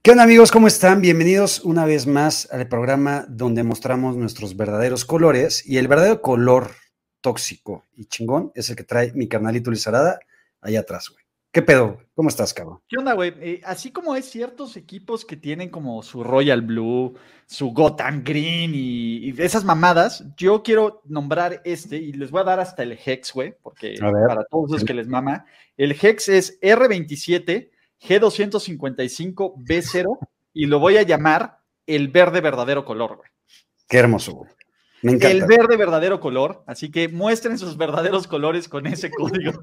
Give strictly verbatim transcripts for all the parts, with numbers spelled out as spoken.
¿Qué onda, amigos? ¿Cómo están? Bienvenidos una vez más al programa donde mostramos nuestros verdaderos colores. Y el verdadero color tóxico y chingón es el que trae mi carnalito Luis Arada allá atrás, güey. ¿Qué pedo? ¿Cómo estás, cabrón? ¿Qué onda, güey? Eh, así como hay ciertos equipos que tienen como su Royal Blue, su Gotham Green y, y esas mamadas, yo quiero nombrar este y les voy a dar hasta el Hex, güey, porque A ver. para todos los que les mama, el Hex es R veintisiete G doscientos cincuenta y cinco B cero y lo voy a llamar el verde verdadero color, güey. Qué hermoso, güey. Me encanta. El verde verdadero color, así que muestren sus verdaderos colores con ese código.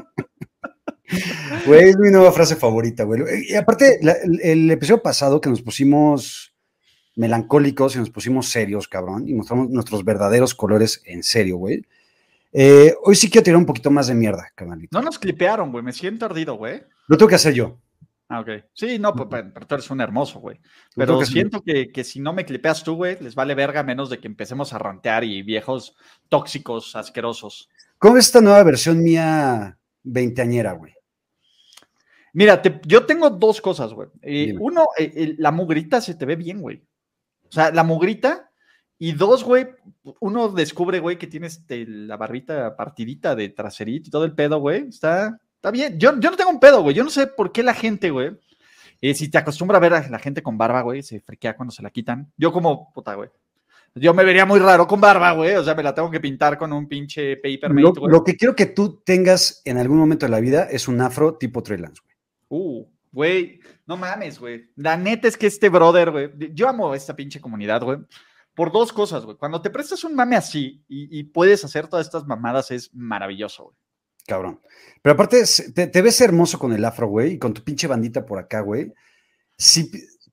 Güey, es mi nueva frase favorita, güey. Y aparte, la, el, el episodio pasado que nos pusimos melancólicos y nos pusimos serios, cabrón, y mostramos nuestros verdaderos colores en serio, güey. Eh, hoy sí quiero tirar un poquito más de mierda, carnalito. No nos clipearon, güey, me siento ardido, güey. Lo tengo que hacer yo. Ah, ok. Sí, no, pues, pero tú eres un hermoso, güey. Lo tengo Pero que hacer siento que, que si no me clipeas tú, güey, les vale verga menos de que empecemos a rantear y viejos tóxicos, asquerosos. ¿Cómo ves esta nueva versión mía veinteañera, güey? Mira, te- yo tengo dos cosas, güey. Eh, Dime. uno, eh, eh, la mugrita se te ve bien, güey. O sea, la mugrita. Y dos, güey, uno descubre, güey, que tienes este, la barbita partidita de traserito y todo el pedo, güey. Está, está bien. Yo, yo no tengo un pedo, güey. Yo no sé por qué la gente, güey, eh, si te acostumbra a ver a la gente con barba, güey, se friquea cuando se la quitan. Yo como, puta, güey. Yo me vería muy raro con barba, güey. O sea, me la tengo que pintar con un pinche paper Lo, mate, güey. lo que quiero que tú tengas en algún momento de la vida es un afro tipo Trey Lance, güey. Uh, güey, no mames, güey. La neta es que este brother, güey, yo amo esta pinche comunidad, güey, por dos cosas, güey. Cuando te prestas un mame así y, y puedes hacer todas estas mamadas, es maravilloso, güey. Cabrón. Pero aparte, te, te ves hermoso con el afro, güey, y con tu pinche bandita por acá, güey. Si,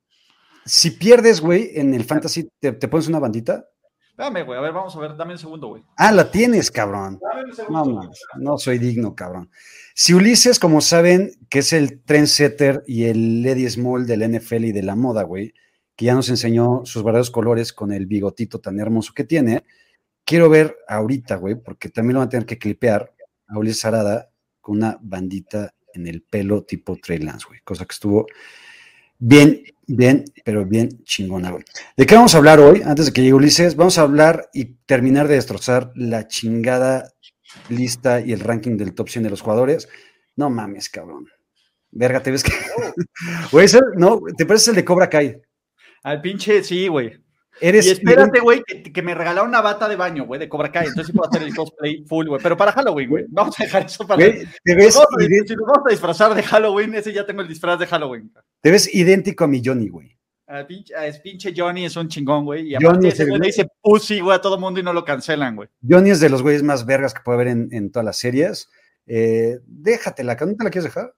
si pierdes, güey, en el fantasy, ¿te, te pones una bandita? Dame, güey, a ver, vamos a ver, dame un segundo, güey. Ah, la tienes, cabrón. Dame un segundo. No, mames, no soy digno, cabrón. Si Ulises, como saben, que es el trendsetter y el Lady Small del N F L y de la moda, güey, que ya nos enseñó sus verdaderos colores con el bigotito tan hermoso que tiene, quiero ver ahorita, güey, porque también lo van a tener que clipear a Ulises Arada con una bandita en el pelo tipo Trey Lance, güey, cosa que estuvo bien, bien, pero bien chingona, güey. ¿De qué vamos a hablar hoy? Antes de que llegue Ulises, vamos a hablar y terminar de destrozar la chingada lista y el ranking del top cien de los jugadores. No mames, cabrón. Verga, ¿te ves que...? Güey, no, ¿te pareces el de Cobra Kai? Al pinche, sí, güey. Eres y espérate, güey, que, que me regalaron una bata de baño, güey, de Cobra Kai. Entonces sí puedo hacer el cosplay full, güey. Pero para Halloween, güey. Vamos a dejar eso para... Güey, te ves si, nos vamos a, ident- si nos vamos a disfrazar de Halloween, ese ya tengo el disfraz de Halloween. te ves idéntico a mi Johnny, güey. A pinche, a pinche Johnny es un chingón, güey. Y Johnny aparte es ese el güey le güey. dice pussy, güey, a todo mundo y no lo cancelan, güey. Johnny es de los güeyes más vergas que puede haber en, en todas las series. Eh, déjatela, ¿no te la quieres dejar?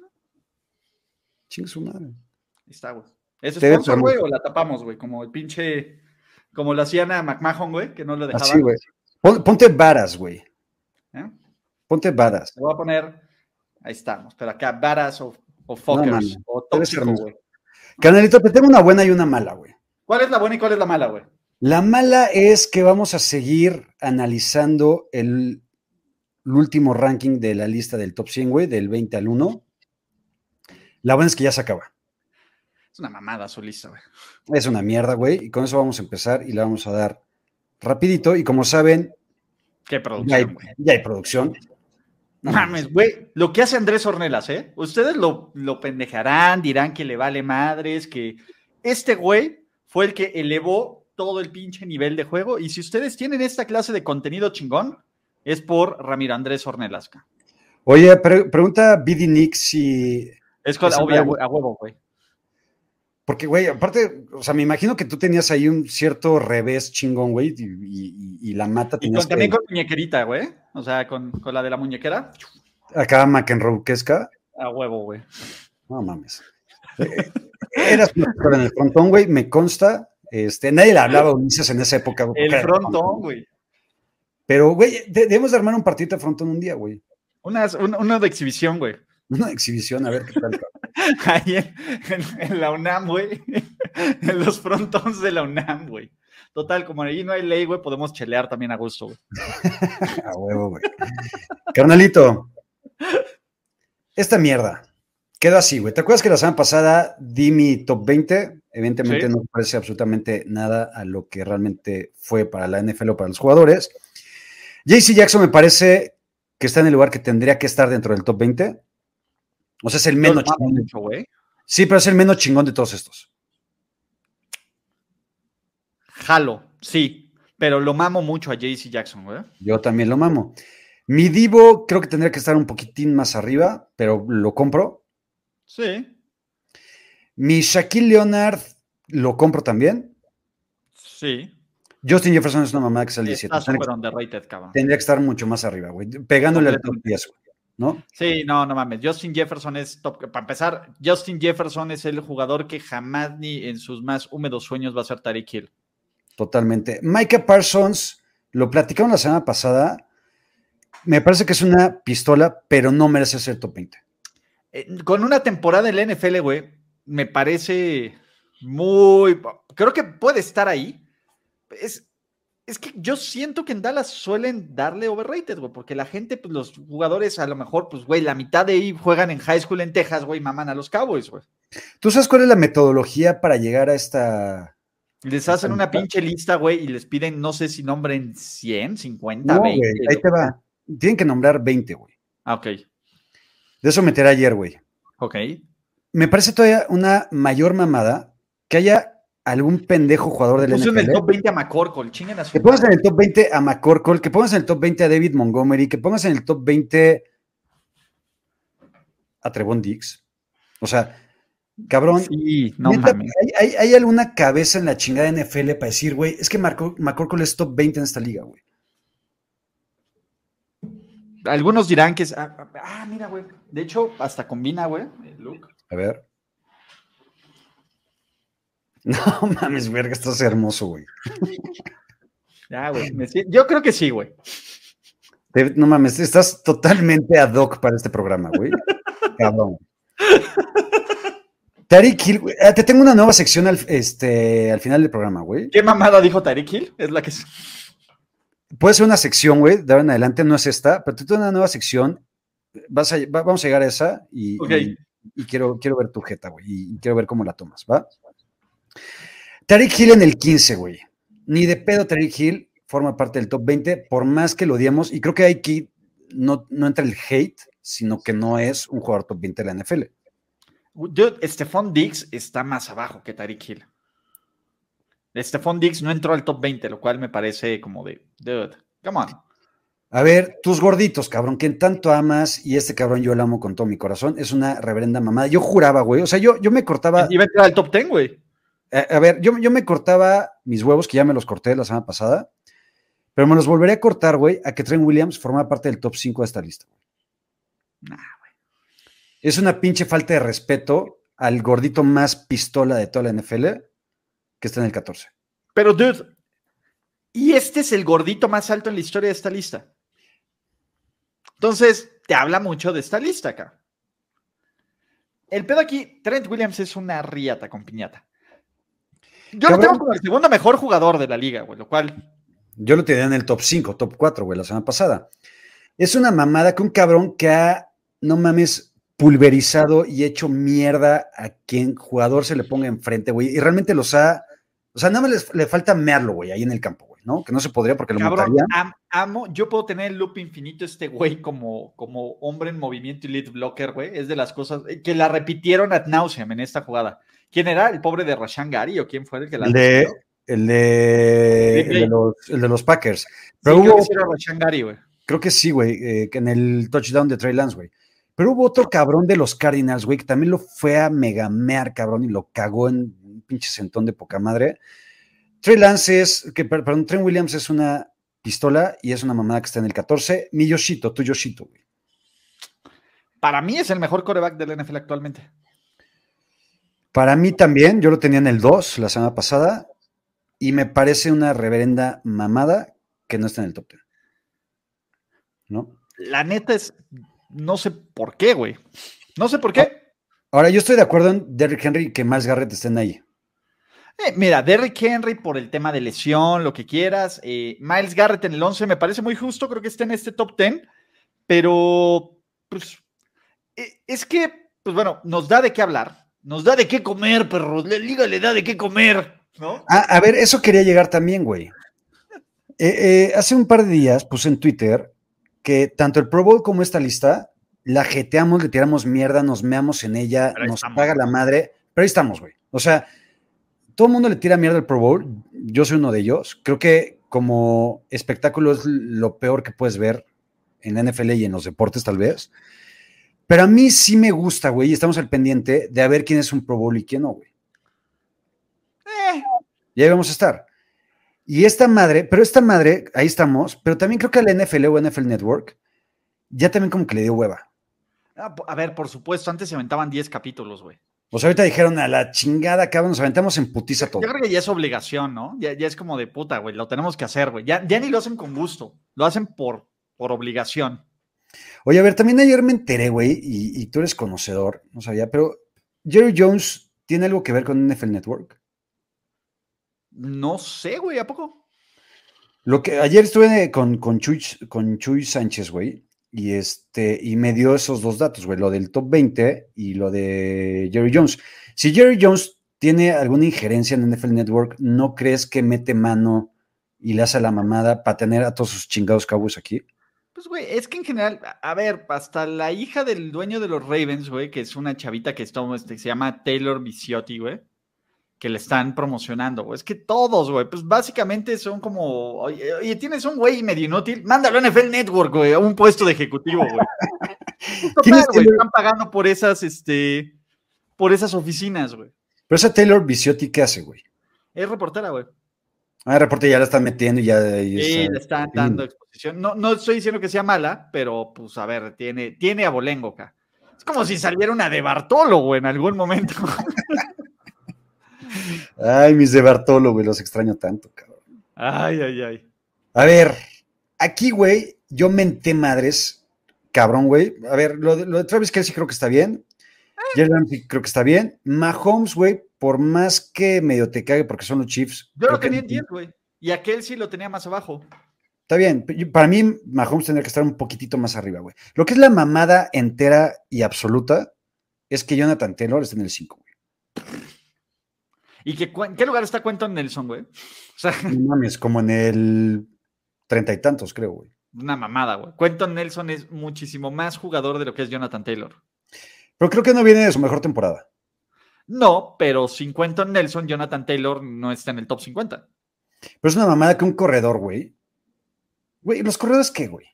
Chingue su madre. Ahí está, güey. ¿Es Te ves sponsor, güey, hermoso. o la tapamos, güey? Como el pinche... Como lo hacían a McMahon, güey, que no lo dejaban. Así, güey. Pon- Ponte varas, güey. ¿Eh? Ponte varas. Te voy a poner... Ahí estamos. Pero acá, badass o, o No, fuckers. mames. O Te ves tóxico, hermoso. güey. Canalito, te tengo una buena y una mala, güey. ¿Cuál es la buena y cuál es la mala, güey? La mala es que vamos a seguir analizando el, el último ranking de la lista del top cien, güey, del veinte al uno. La buena es que ya se acaba. Es una mamada su lista, güey. Es una mierda, güey, y con eso vamos a empezar y le vamos a dar rapidito. Y como saben, Qué ya hay, producción, güey. ya hay producción. No mames, güey. Lo que hace Andrés Ornelas, ¿eh? Ustedes lo, lo pendejarán, dirán que le vale madres, que este güey fue el que elevó todo el pinche nivel de juego. Y si ustedes tienen esta clase de contenido chingón, es por Ramiro Andrés Ornelas. ca. Oye, pre- pregunta B D Nick si... Es con, Esa obvio, madre- a huevo, güey. Porque, güey, aparte, o sea, me imagino que tú tenías ahí un cierto revés chingón, güey, y, y- y la mata Y tenías con, también que... con muñequerita, güey. O sea, con, con la de la muñequera. Acá McEnroe-esca. A huevo, güey. No mames. Eh, Eras pero en el frontón, güey, me consta. Este, nadie le hablaba a Ulises en esa época. güey, El porque era frontón, güey. Pero, güey, de- debemos de armar un partido de frontón un día, güey. Unas- un- Uno de exhibición, güey. Una exhibición, a ver qué tal. Ahí en, en- en la UNAM, güey. En los frontons de la UNAM, güey. Total, como ahí no hay ley, güey, podemos chelear también a gusto, güey. A huevo, güey. Carnalito, esta mierda Quedó así, güey. ¿Te acuerdas que la semana pasada di mi top veinte? Evidentemente Sí. no parece absolutamente nada a lo que realmente fue para la N F L o para los jugadores. J C Jackson me parece que está en el lugar que tendría que estar dentro del top veinte. O sea, es el Yo menos lo mamo chingón. mucho, güey. Sí, pero es el menos chingón de todos estos. Jalo, sí. Pero lo mamo mucho a J C Jackson, güey. Yo también lo mamo. Mi Divo creo que tendría que estar un poquitín más arriba, pero lo compro. Sí. Mi Shaquille Leonard lo compro también. Sí. Justin Jefferson es una mamada que es el diecisiete. Está Tendría súper que, underrated, cabrón. tendría que estar mucho más arriba, güey. Pegándole al top Completamente. diez, güey, ¿no? Sí, no, no mames. Justin Jefferson es top. Para empezar, Justin Jefferson es el jugador que jamás ni en sus más húmedos sueños va a ser Tyreek Hill. Totalmente. Micah Parsons, lo platicamos la semana pasada. Me parece que es una pistola, pero no merece ser top veinte. Eh, con una temporada en la N F L, güey, me parece muy. Creo que puede estar ahí. Es, es que yo siento que en Dallas suelen darle overrated, güey, porque la gente, pues los jugadores, a lo mejor, pues, güey, la mitad de ahí juegan en high school en Texas, güey, maman a los Cowboys, güey. ¿Tú sabes cuál es la metodología para llegar a esta. Les esta hacen una lista? pinche lista, güey, y les piden, no sé si nombren cien, cincuenta, No, veinte. güey, ahí te va. Tienen que nombrar veinte, güey. Ah, ok. De eso meteré ayer, güey. Ok. Me parece todavía una mayor mamada que haya algún pendejo jugador del Puse en el N F L. top veinte a McCorkle, chinguen a su Que pongas en madre. el top veinte a McCorkle, que pongas en el top veinte a David Montgomery, que pongas en el top veinte a Trevon Diggs. O sea, cabrón, Sí, no neta, mames. ¿hay, hay, hay alguna cabeza en la chingada N F L para decir, güey, es que Marco, McCorkle es top veinte en esta liga, güey? Algunos dirán que es. Ah, ah, mira, güey. De hecho, hasta combina, güey, el look. A ver. No mames, verga, estás hermoso, güey. Ya, güey. me sien- Yo creo que sí, güey. Te- No mames, estás totalmente ad hoc para este programa, güey. Cabrón. Tariq Hill, güey. Ah, te tengo una nueva sección al, este, al final del programa, güey. ¿Qué mamada dijo Tyreek Hill? Es la que. Puede ser una sección, güey, de ahora en adelante, no es esta, pero te tengo una nueva sección. Vas a, va- vamos a llegar a esa y, Ok. y- y quiero, quiero ver tu jeta, güey, y, y quiero ver cómo la tomas, ¿va? Tariq Hill en el quince, güey. Ni de pedo Tariq Hill forma parte del top veinte, por más que lo odiemos, y creo que aquí no, no entra el hate, sino que no es un jugador top veinte de la N F L. Yo, Stephon Diggs está más abajo que Tyreek Hill. Stephon Diggs no entró al top veinte, lo cual me parece como de, dude, come on. A ver, tus gorditos, cabrón, quien tanto amas, y este cabrón yo lo amo con todo mi corazón, es una reverenda mamada. Yo juraba, güey, o sea, yo, yo me cortaba, Iba a entrar al top diez, güey. a, a ver, yo, yo me cortaba mis huevos, que ya me los corté la semana pasada, pero me los volvería a cortar, güey, a que Trent Williams formara parte del top cinco de esta lista. Nah, güey. Es una pinche falta de respeto al gordito más pistola de toda la N F L, que está en el catorce. Pero, dude, y este es el gordito más alto en la historia de esta lista. Entonces, te habla mucho de esta lista acá. El pedo aquí, Trent Williams es una riata con piñata. Yo lo Cabrón. tengo como el segundo mejor jugador de la liga, güey, lo cual. Yo lo tenía en el top cinco, top cuatro, güey, la semana pasada. Es una mamada que un cabrón que ha, no mames, pulverizado y hecho mierda a quien jugador se le ponga enfrente, güey, y realmente los ha, o sea, nada más les, le falta mearlo, güey, ahí en el campo, güey, ¿no? Que no se podría porque lo Cabrón, mataría. am, amo, yo puedo tener el loop infinito este güey como, como hombre en movimiento y lead blocker, güey. Es de las cosas que la repitieron ad nauseam en esta jugada. ¿Quién era? ¿El pobre de Rashan Gary o quién fue el que la El de, recibió? el de, Big el de, Play. los, el de los Packers. Sí, Pero creo hubo, que sí era Rashan Gary, güey. creo que sí, güey, eh, que en el touchdown de Trey Lance, güey. Pero hubo otro cabrón de los Cardinals, güey, que también lo fue a megamear, cabrón, y lo cagó en un pinche sentón de poca madre. Trey Lance es, que, perdón, Trent Williams es una pistola y es una mamada que está en el catorce. Mi Yoshito, tu Yoshito, güey. Para mí es el mejor quarterback del N F L actualmente. Para mí también, yo lo tenía en el dos la semana pasada y me parece una reverenda mamada que no está en el top diez. ¿No? La neta es, no sé por qué, güey. No sé por qué. Ahora, yo estoy de acuerdo en Derrick Henry y que Miles Garrett estén ahí. Eh, mira, Derrick Henry por el tema de lesión, lo que quieras. Eh, Miles Garrett en el once me parece muy justo, creo que está en este top diez, pero pues eh, es que pues bueno, nos da de qué hablar, nos da de qué comer, perros, la liga le da de qué comer, ¿no? Ah, a ver, eso quería llegar también, güey. Eh, eh, hace un par de días puse en Twitter que tanto el Pro Bowl como esta lista la jeteamos, le tiramos mierda, nos meamos en ella, Pero ahí nos estamos, paga la madre, pero ahí estamos, güey. O sea, todo el mundo le tira mierda al Pro Bowl, yo soy uno de ellos. Creo que como espectáculo es lo peor que puedes ver en la N F L y en los deportes, tal vez. Pero a mí sí me gusta, güey, y estamos al pendiente de a ver quién es un Pro Bowl y quién no, güey. Eh. Y ahí vamos a estar. Y esta madre, pero esta madre, ahí estamos, pero también creo que a la N F L o N F L Network ya también como que le dio hueva. A ver, por supuesto, antes se aventaban diez capítulos, güey. O sea, ahorita dijeron a la chingada, cabrón, nos aventamos en putiza todo. Yo creo que ya es obligación, ¿no? Ya, ya es como de puta, güey, lo tenemos que hacer, güey. Ya, ya ni lo hacen con gusto, lo hacen por, por obligación. Oye, a ver, también ayer me enteré, güey, y, y tú eres conocedor, no sabía, pero Jerry Jones tiene algo que ver con N F L Network. No sé, güey, ¿a poco? Lo que ayer estuve con, con, Chuy, con Chuy Sánchez, güey, y este, y me dio esos dos datos, güey, lo del top veinte y lo de Jerry Jones. Si Jerry Jones tiene alguna injerencia en N F L Network, ¿no crees que mete mano y le hace la mamada para tener a todos sus chingados Cowboys aquí? Pues, güey, es que en general, a ver, hasta la hija del dueño de los Ravens, güey, que es una chavita que, está, este, se llama Taylor Viciotti, güey, que le están promocionando, güey. Es que todos, güey, pues básicamente son como, oye, oye, tienes un güey medio inútil, mándalo a N F L Network, güey, a un puesto de ejecutivo, güey. Total, güey, están pagando por esas, este, por esas oficinas, güey. Pero esa Taylor Viciotti, ¿qué hace, güey? Es reportera, güey. Ah, el reporte ya la están metiendo y ya... Y sí, está, le están dando exposición. No, no estoy diciendo que sea mala, pero pues a ver, tiene, tiene abolengo acá. Es como si saliera una de Bartolo, güey, en algún momento. Ay, mis de Bartolo, güey, los extraño tanto, cabrón. Ay, ay, ay. A ver, aquí, güey, yo menté madres, cabrón, güey. A ver, lo de, lo de Travis Kelce creo que está bien. Jalen Ramsey creo que está bien. Mahomes, güey, por más que medio te cague porque son los Chiefs. Yo lo tenía en diez, güey. Y aquel sí lo tenía más abajo. Está bien. Para mí, Mahomes tendría que estar un poquitito más arriba, güey. Lo que es la mamada entera y absoluta es que Jonathan Taylor está en el cinco, güey. ¿Y que, en qué lugar está Quentin Nelson, güey? O sea, no mames, como en el treinta y tantos, creo, güey. Una mamada, güey. Quentin Nelson es muchísimo más jugador de lo que es Jonathan Taylor. Pero creo que no viene de su mejor temporada. No, pero sin Quentin Nelson, Jonathan Taylor no está en el top cincuenta. Pero es una mamada que un corredor, güey. Güey, ¿los corredores qué, güey?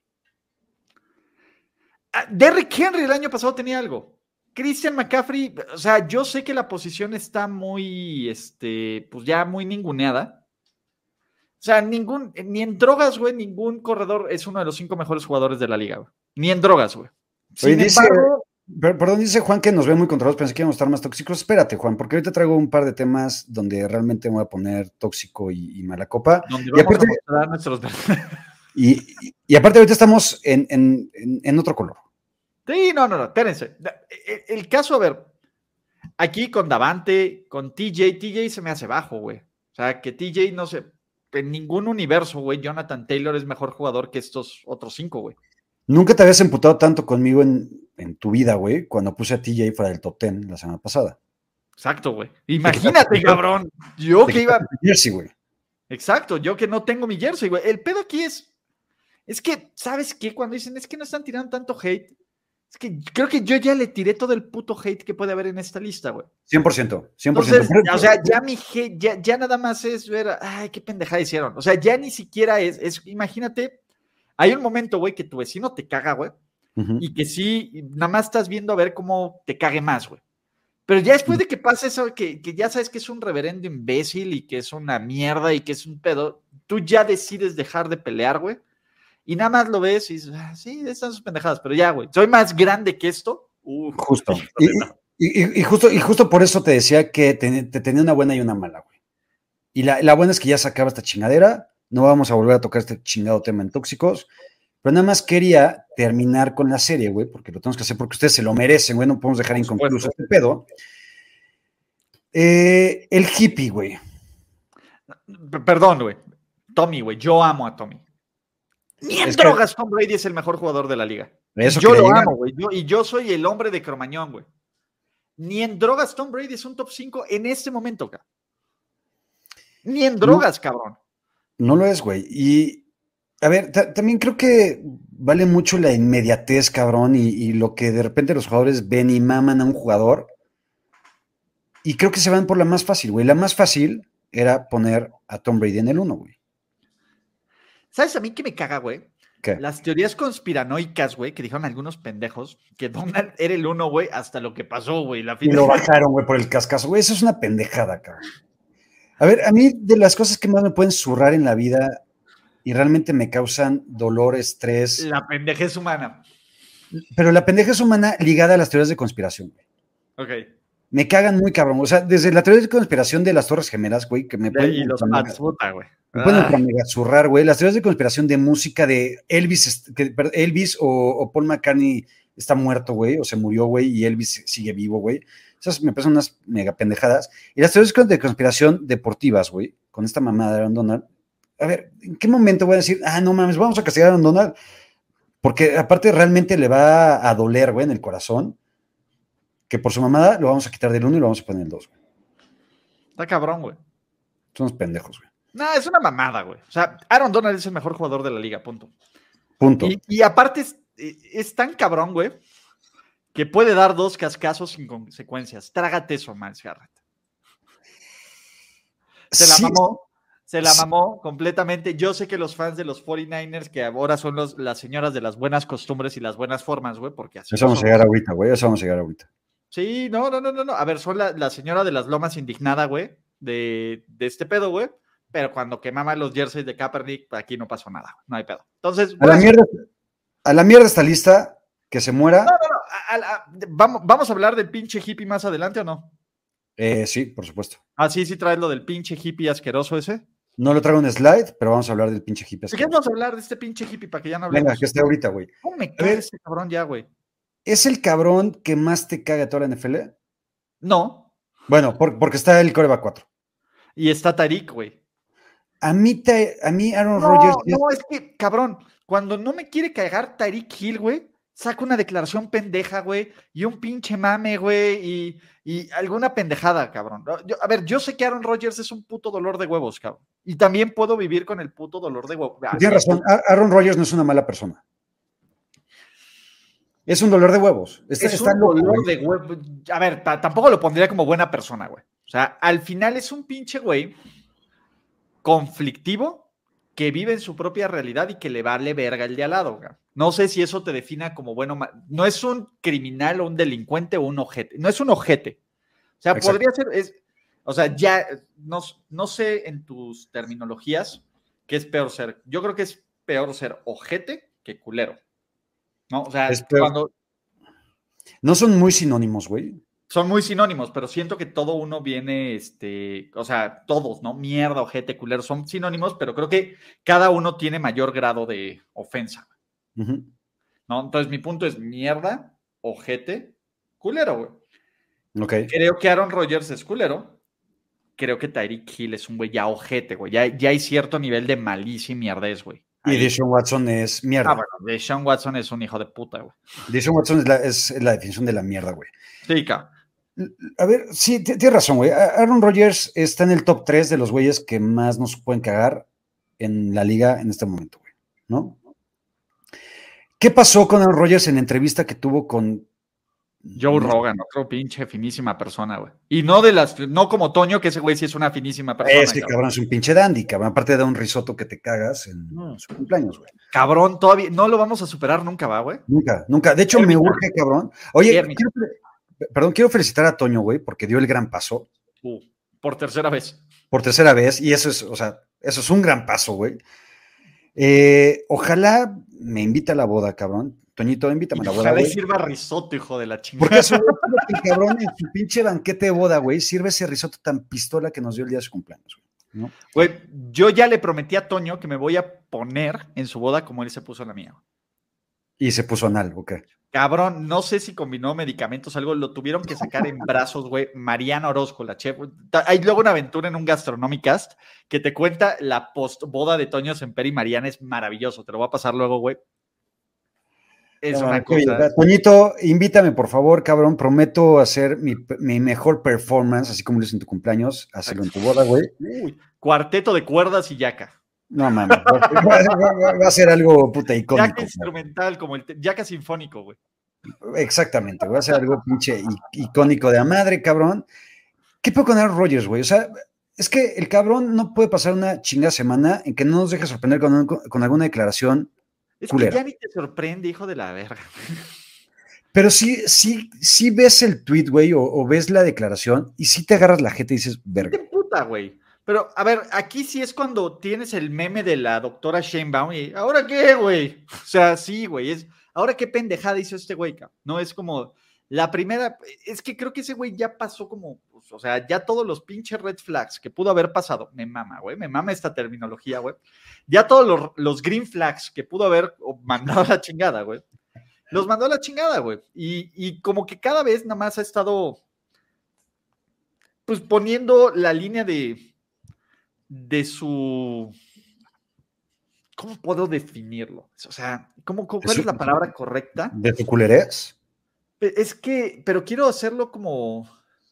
Ah, Derrick Henry el año pasado tenía algo. Christian McCaffrey, o sea, yo sé que la posición está muy, este, pues ya muy ninguneada. O sea, ningún, ni en drogas, güey, ningún corredor es uno de los cinco mejores jugadores de la liga, güey. Ni en drogas, güey. Sin Oye, dice, embargo, perdón, dice Juan que nos ve muy controlados, pensé que íbamos a estar más tóxicos. Espérate, Juan, porque ahorita traigo un par de temas donde realmente me voy a poner tóxico y, y mala copa. Donde y, vamos aparte, a mostrar nuestros... y, y, y aparte ahorita estamos en, en, en, en otro color. Sí, no, no, no, espérense. El, el caso, a ver, aquí con Davante, con T J, T J se me hace bajo, güey. O sea, que T J, no sé, en ningún universo, güey, Jonathan Taylor es mejor jugador que estos otros cinco, güey. Nunca te habías emputado tanto conmigo en, en tu vida, güey, cuando puse a T J fuera del top diez la semana pasada. Exacto, güey. Imagínate, cabrón. Yo que iba... Jersey, güey. Exacto, yo que no tengo mi jersey, güey. El pedo aquí es, es que, ¿sabes qué? Cuando dicen, es que no están tirando tanto hate, es que creo que yo ya le tiré todo el puto hate que puede haber en esta lista, güey. cien por ciento, cien por ciento. Entonces, o sea, ya mi hate, ya, ya nada más es ver, ay, qué pendejada hicieron. O sea, ya ni siquiera es, es imagínate, hay un momento, güey, que tu vecino te caga, güey, uh-huh. y que sí, nada más estás viendo a ver cómo te cague más, güey. Pero ya después de que pase eso, que, que ya sabes que es un reverendo imbécil y que es una mierda y que es un pedo, tú ya decides dejar de pelear, güey. Y nada más lo ves y dices, ah, sí, están sus pendejadas, pero ya, güey, soy más grande que esto. Uh, justo. Y, y, y, justo. Y justo por eso te decía que te, te tenía una buena y una mala, güey. Y la, la buena es que ya se acaba esta chingadera, no vamos a volver a tocar este chingado tema en tóxicos, pero nada más quería terminar con la serie, güey, porque lo tenemos que hacer porque ustedes se lo merecen, güey, no podemos dejar inconcluso este pedo. Eh, el hippie, güey. Perdón, güey. Tommy, güey, yo amo a Tommy. Ni en es drogas que... Tom Brady es el mejor jugador de la liga. Eso yo lo llegar. amo, güey. Yo, y yo soy el hombre de Cromañón, güey. Ni en drogas Tom Brady es un top cinco en este momento, cabrón. Ni en drogas, no, cabrón. No lo es, güey. Y, a ver, también creo que vale mucho la inmediatez, cabrón, y, y lo que de repente los jugadores ven y maman a un jugador. Y creo que se van por la más fácil, güey. La más fácil era poner a Tom Brady en el uno, güey. ¿Sabes a mí qué me caga, güey? ¿Qué? Las teorías conspiranoicas, güey, que dijeron algunos pendejos que Donald era el uno, güey, hasta lo que pasó, güey. La y lo bajaron, güey, por el cascazo, güey. Eso es una pendejada, cabrón. A ver, a mí de las cosas que más me pueden zurrar en la vida y realmente me causan dolor, estrés. La pendejez humana. Pero la pendejez humana ligada a las teorías de conspiración, güey. Ok. Me cagan muy cabrón. O sea, desde la teoría de conspiración de las Torres Gemelas, güey, que me pueden. Y los mega, Pats, puta, güey. Me pueden ah. mega zurrar, güey. Las teorías de conspiración de música de Elvis, que Elvis o, o Paul McCartney está muerto, güey, o se murió, güey, y Elvis sigue vivo, güey. Esas me parecen unas mega pendejadas. Y las teorías de conspiración deportivas, güey, con esta mamada de Aaron Donald. A ver, ¿en qué momento voy a decir, ah, no mames, vamos a castigar a Aaron Donald? Porque aparte realmente le va a doler, güey, en el corazón, que por su mamada lo vamos a quitar del uno y lo vamos a poner en el dos, güey. Está cabrón, güey. Son unos pendejos, güey. No, es una mamada, güey. O sea, Aaron Donald es el mejor jugador de la liga, punto. Punto. Y, y aparte es, es tan cabrón, güey, que puede dar dos cascazos sin consecuencias. Trágate eso, Miles Garrett. Se la sí. mamó. Se la mamó completamente. Yo sé que los fans de los cuarenta y nueve ers, que ahora son los, las señoras de las buenas costumbres y las buenas formas, güey, porque así. Eso vamos a llegar ahorita, güey. Eso vamos a llegar ahorita. Sí, no, no, no, no, no. A ver, son la, la señora de las lomas indignada, güey, de, de este pedo, güey. Pero cuando quemaba los jerseys de Kaepernick, aquí no pasó nada, no hay pedo. Entonces, a la, mierda, a la mierda está lista, que se muera. No, no, no. A, a, a, vamos, ¿Vamos a hablar del pinche hippie más adelante o no? Eh, sí, por supuesto. Ah, sí, sí traes lo del pinche hippie asqueroso ese. No lo traigo en slide, pero vamos a hablar del pinche hippie asqueroso. ¿De qué vamos a hablar de este pinche hippie para que ya no hablemos? Venga, que esté ahorita, güey. ¿Cómo me caga ese cabrón ya, güey? ¿Es el cabrón que más te caga toda la N F L? No. Bueno, por, porque está el quarterback cuatro. Y está Tariq, güey. A mí, te, a mí Aaron no, Rodgers... No, es que, cabrón, cuando no me quiere cagar Tyreek Hill, güey, saca una declaración pendeja, güey, y un pinche mame, güey, y, y alguna pendejada, cabrón. Yo, a ver, yo sé que Aaron Rodgers es un puto dolor de huevos, cabrón. Y también puedo vivir con el puto dolor de huevos. Tienes razón, Aaron Rodgers no es una mala persona. Es un dolor de huevos. Está, es está un loco, dolor güey. de huevos. A ver, tampoco lo pondría como buena persona, güey. O sea, al final es un pinche güey conflictivo que vive en su propia realidad y que le vale verga el de al lado, güey. No sé si eso te defina como bueno. No es un criminal o un delincuente o un ojete. No es un ojete. O sea, Exacto. podría ser. Es, o sea, ya. No, no sé en tus terminologías qué es peor ser. Yo creo que es peor ser ojete que culero. ¿No? O sea, cuando. No son muy sinónimos, güey. Son muy sinónimos, pero siento que todo uno viene, este, o sea, todos, ¿no? Mierda, ojete, culero, son sinónimos, pero creo que cada uno tiene mayor grado de ofensa. Uh-huh. ¿No? Entonces, mi punto es mierda, ojete, culero, güey. Okay. Creo que Aaron Rodgers es culero. Creo que Tyreek Hill es un güey ya ojete, güey. Ya, ya hay cierto nivel de malicia y mierdez, güey. Ahí. Y Deshaun Watson es mierda. Ah, bueno, Deshaun Watson es un hijo de puta, güey. Deshaun Watson es la, es la definición de la mierda, güey. Sí, cabrón. A ver, sí, tienes razón, güey. Aaron Rodgers está en el top tres de los güeyes que más nos pueden cagar en la liga en este momento, güey, ¿no? ¿Qué pasó con Aaron Rodgers en la entrevista que tuvo con Joe Rogan, otro pinche finísima persona, güey? Y no de las, no como Toño, que ese güey sí es una finísima persona. Es que cabrón, cabrón es un pinche dandy, cabrón. Aparte de un risotto que te cagas en mm. su cumpleaños, güey. Cabrón, todavía no lo vamos a superar nunca, ¿va, güey? Nunca, nunca. De hecho, Hermita. me urge, cabrón. Oye, quiero, perdón, quiero felicitar a Toño, güey, porque dio el gran paso. Uh, por tercera vez. Por tercera vez, y eso es, o sea, eso es un gran paso, güey. Eh, ojalá me invite a la boda, cabrón. Toñito, invítame a la boda. Ojalá sirva risotto, hijo de la chingada. Porque eso, el cabrón en su pinche banquete de boda, güey, sirve ese risotto tan pistola que nos dio el día de su cumpleaños, güey. ¿No? Güey, yo ya le prometí a Toño que me voy a poner en su boda como él se puso en la mía. Y se puso anal, ok. Cabrón, no sé si combinó medicamentos o algo, lo tuvieron que sacar en brazos, güey. Mariana Orozco, la chef. Hay luego una aventura en un Gastronomicast que te cuenta la post-boda de Toño Semper y Mariana, es maravilloso. Te lo voy a pasar luego, güey. Es No, una qué cosa. bien. Toñito, invítame, por favor, cabrón. Prometo hacer mi, mi mejor performance, así como lo hice en tu cumpleaños, hacerlo en tu boda, güey. Uy, cuarteto de cuerdas y yaca. No mames, va, va- va- va a ser algo puta Yaca icónico, cabrón. instrumental, como el te- yaca sinfónico, güey. Exactamente, va a ser algo pinche i- icónico de la madre, cabrón. ¿Qué puedo con Aaron Rodgers, güey? O sea, es que el cabrón no puede pasar una chingada semana en que no nos deje sorprender con, un- con alguna declaración Es culera. que ya ni te sorprende, hijo de la verga. Pero sí, sí, sí ves el tweet, güey, o, o ves la declaración y sí te agarras la jeta y dices, Qué verga. puta, güey. Pero, a ver, aquí sí es cuando tienes el meme de la doctora Sheinbaum y, ¿ahora qué, güey? O sea, sí, güey, es, ¿ahora qué pendejada hizo este güey, cabrón? No, es como, la primera, es que creo que ese güey ya pasó como, pues, o sea, ya todos los pinches red flags que pudo haber pasado, me mama, güey, me mama esta terminología, güey. Ya todos los, los green flags que pudo haber mandado a la chingada, güey. Los mandó a la chingada, güey. Y, y como que cada vez nada más ha estado, pues, poniendo la línea de, de su... ¿Cómo puedo definirlo? O sea, ¿cómo, cómo, ¿cuál es la palabra correcta? ¿De tu culerés? Es que, pero quiero hacerlo como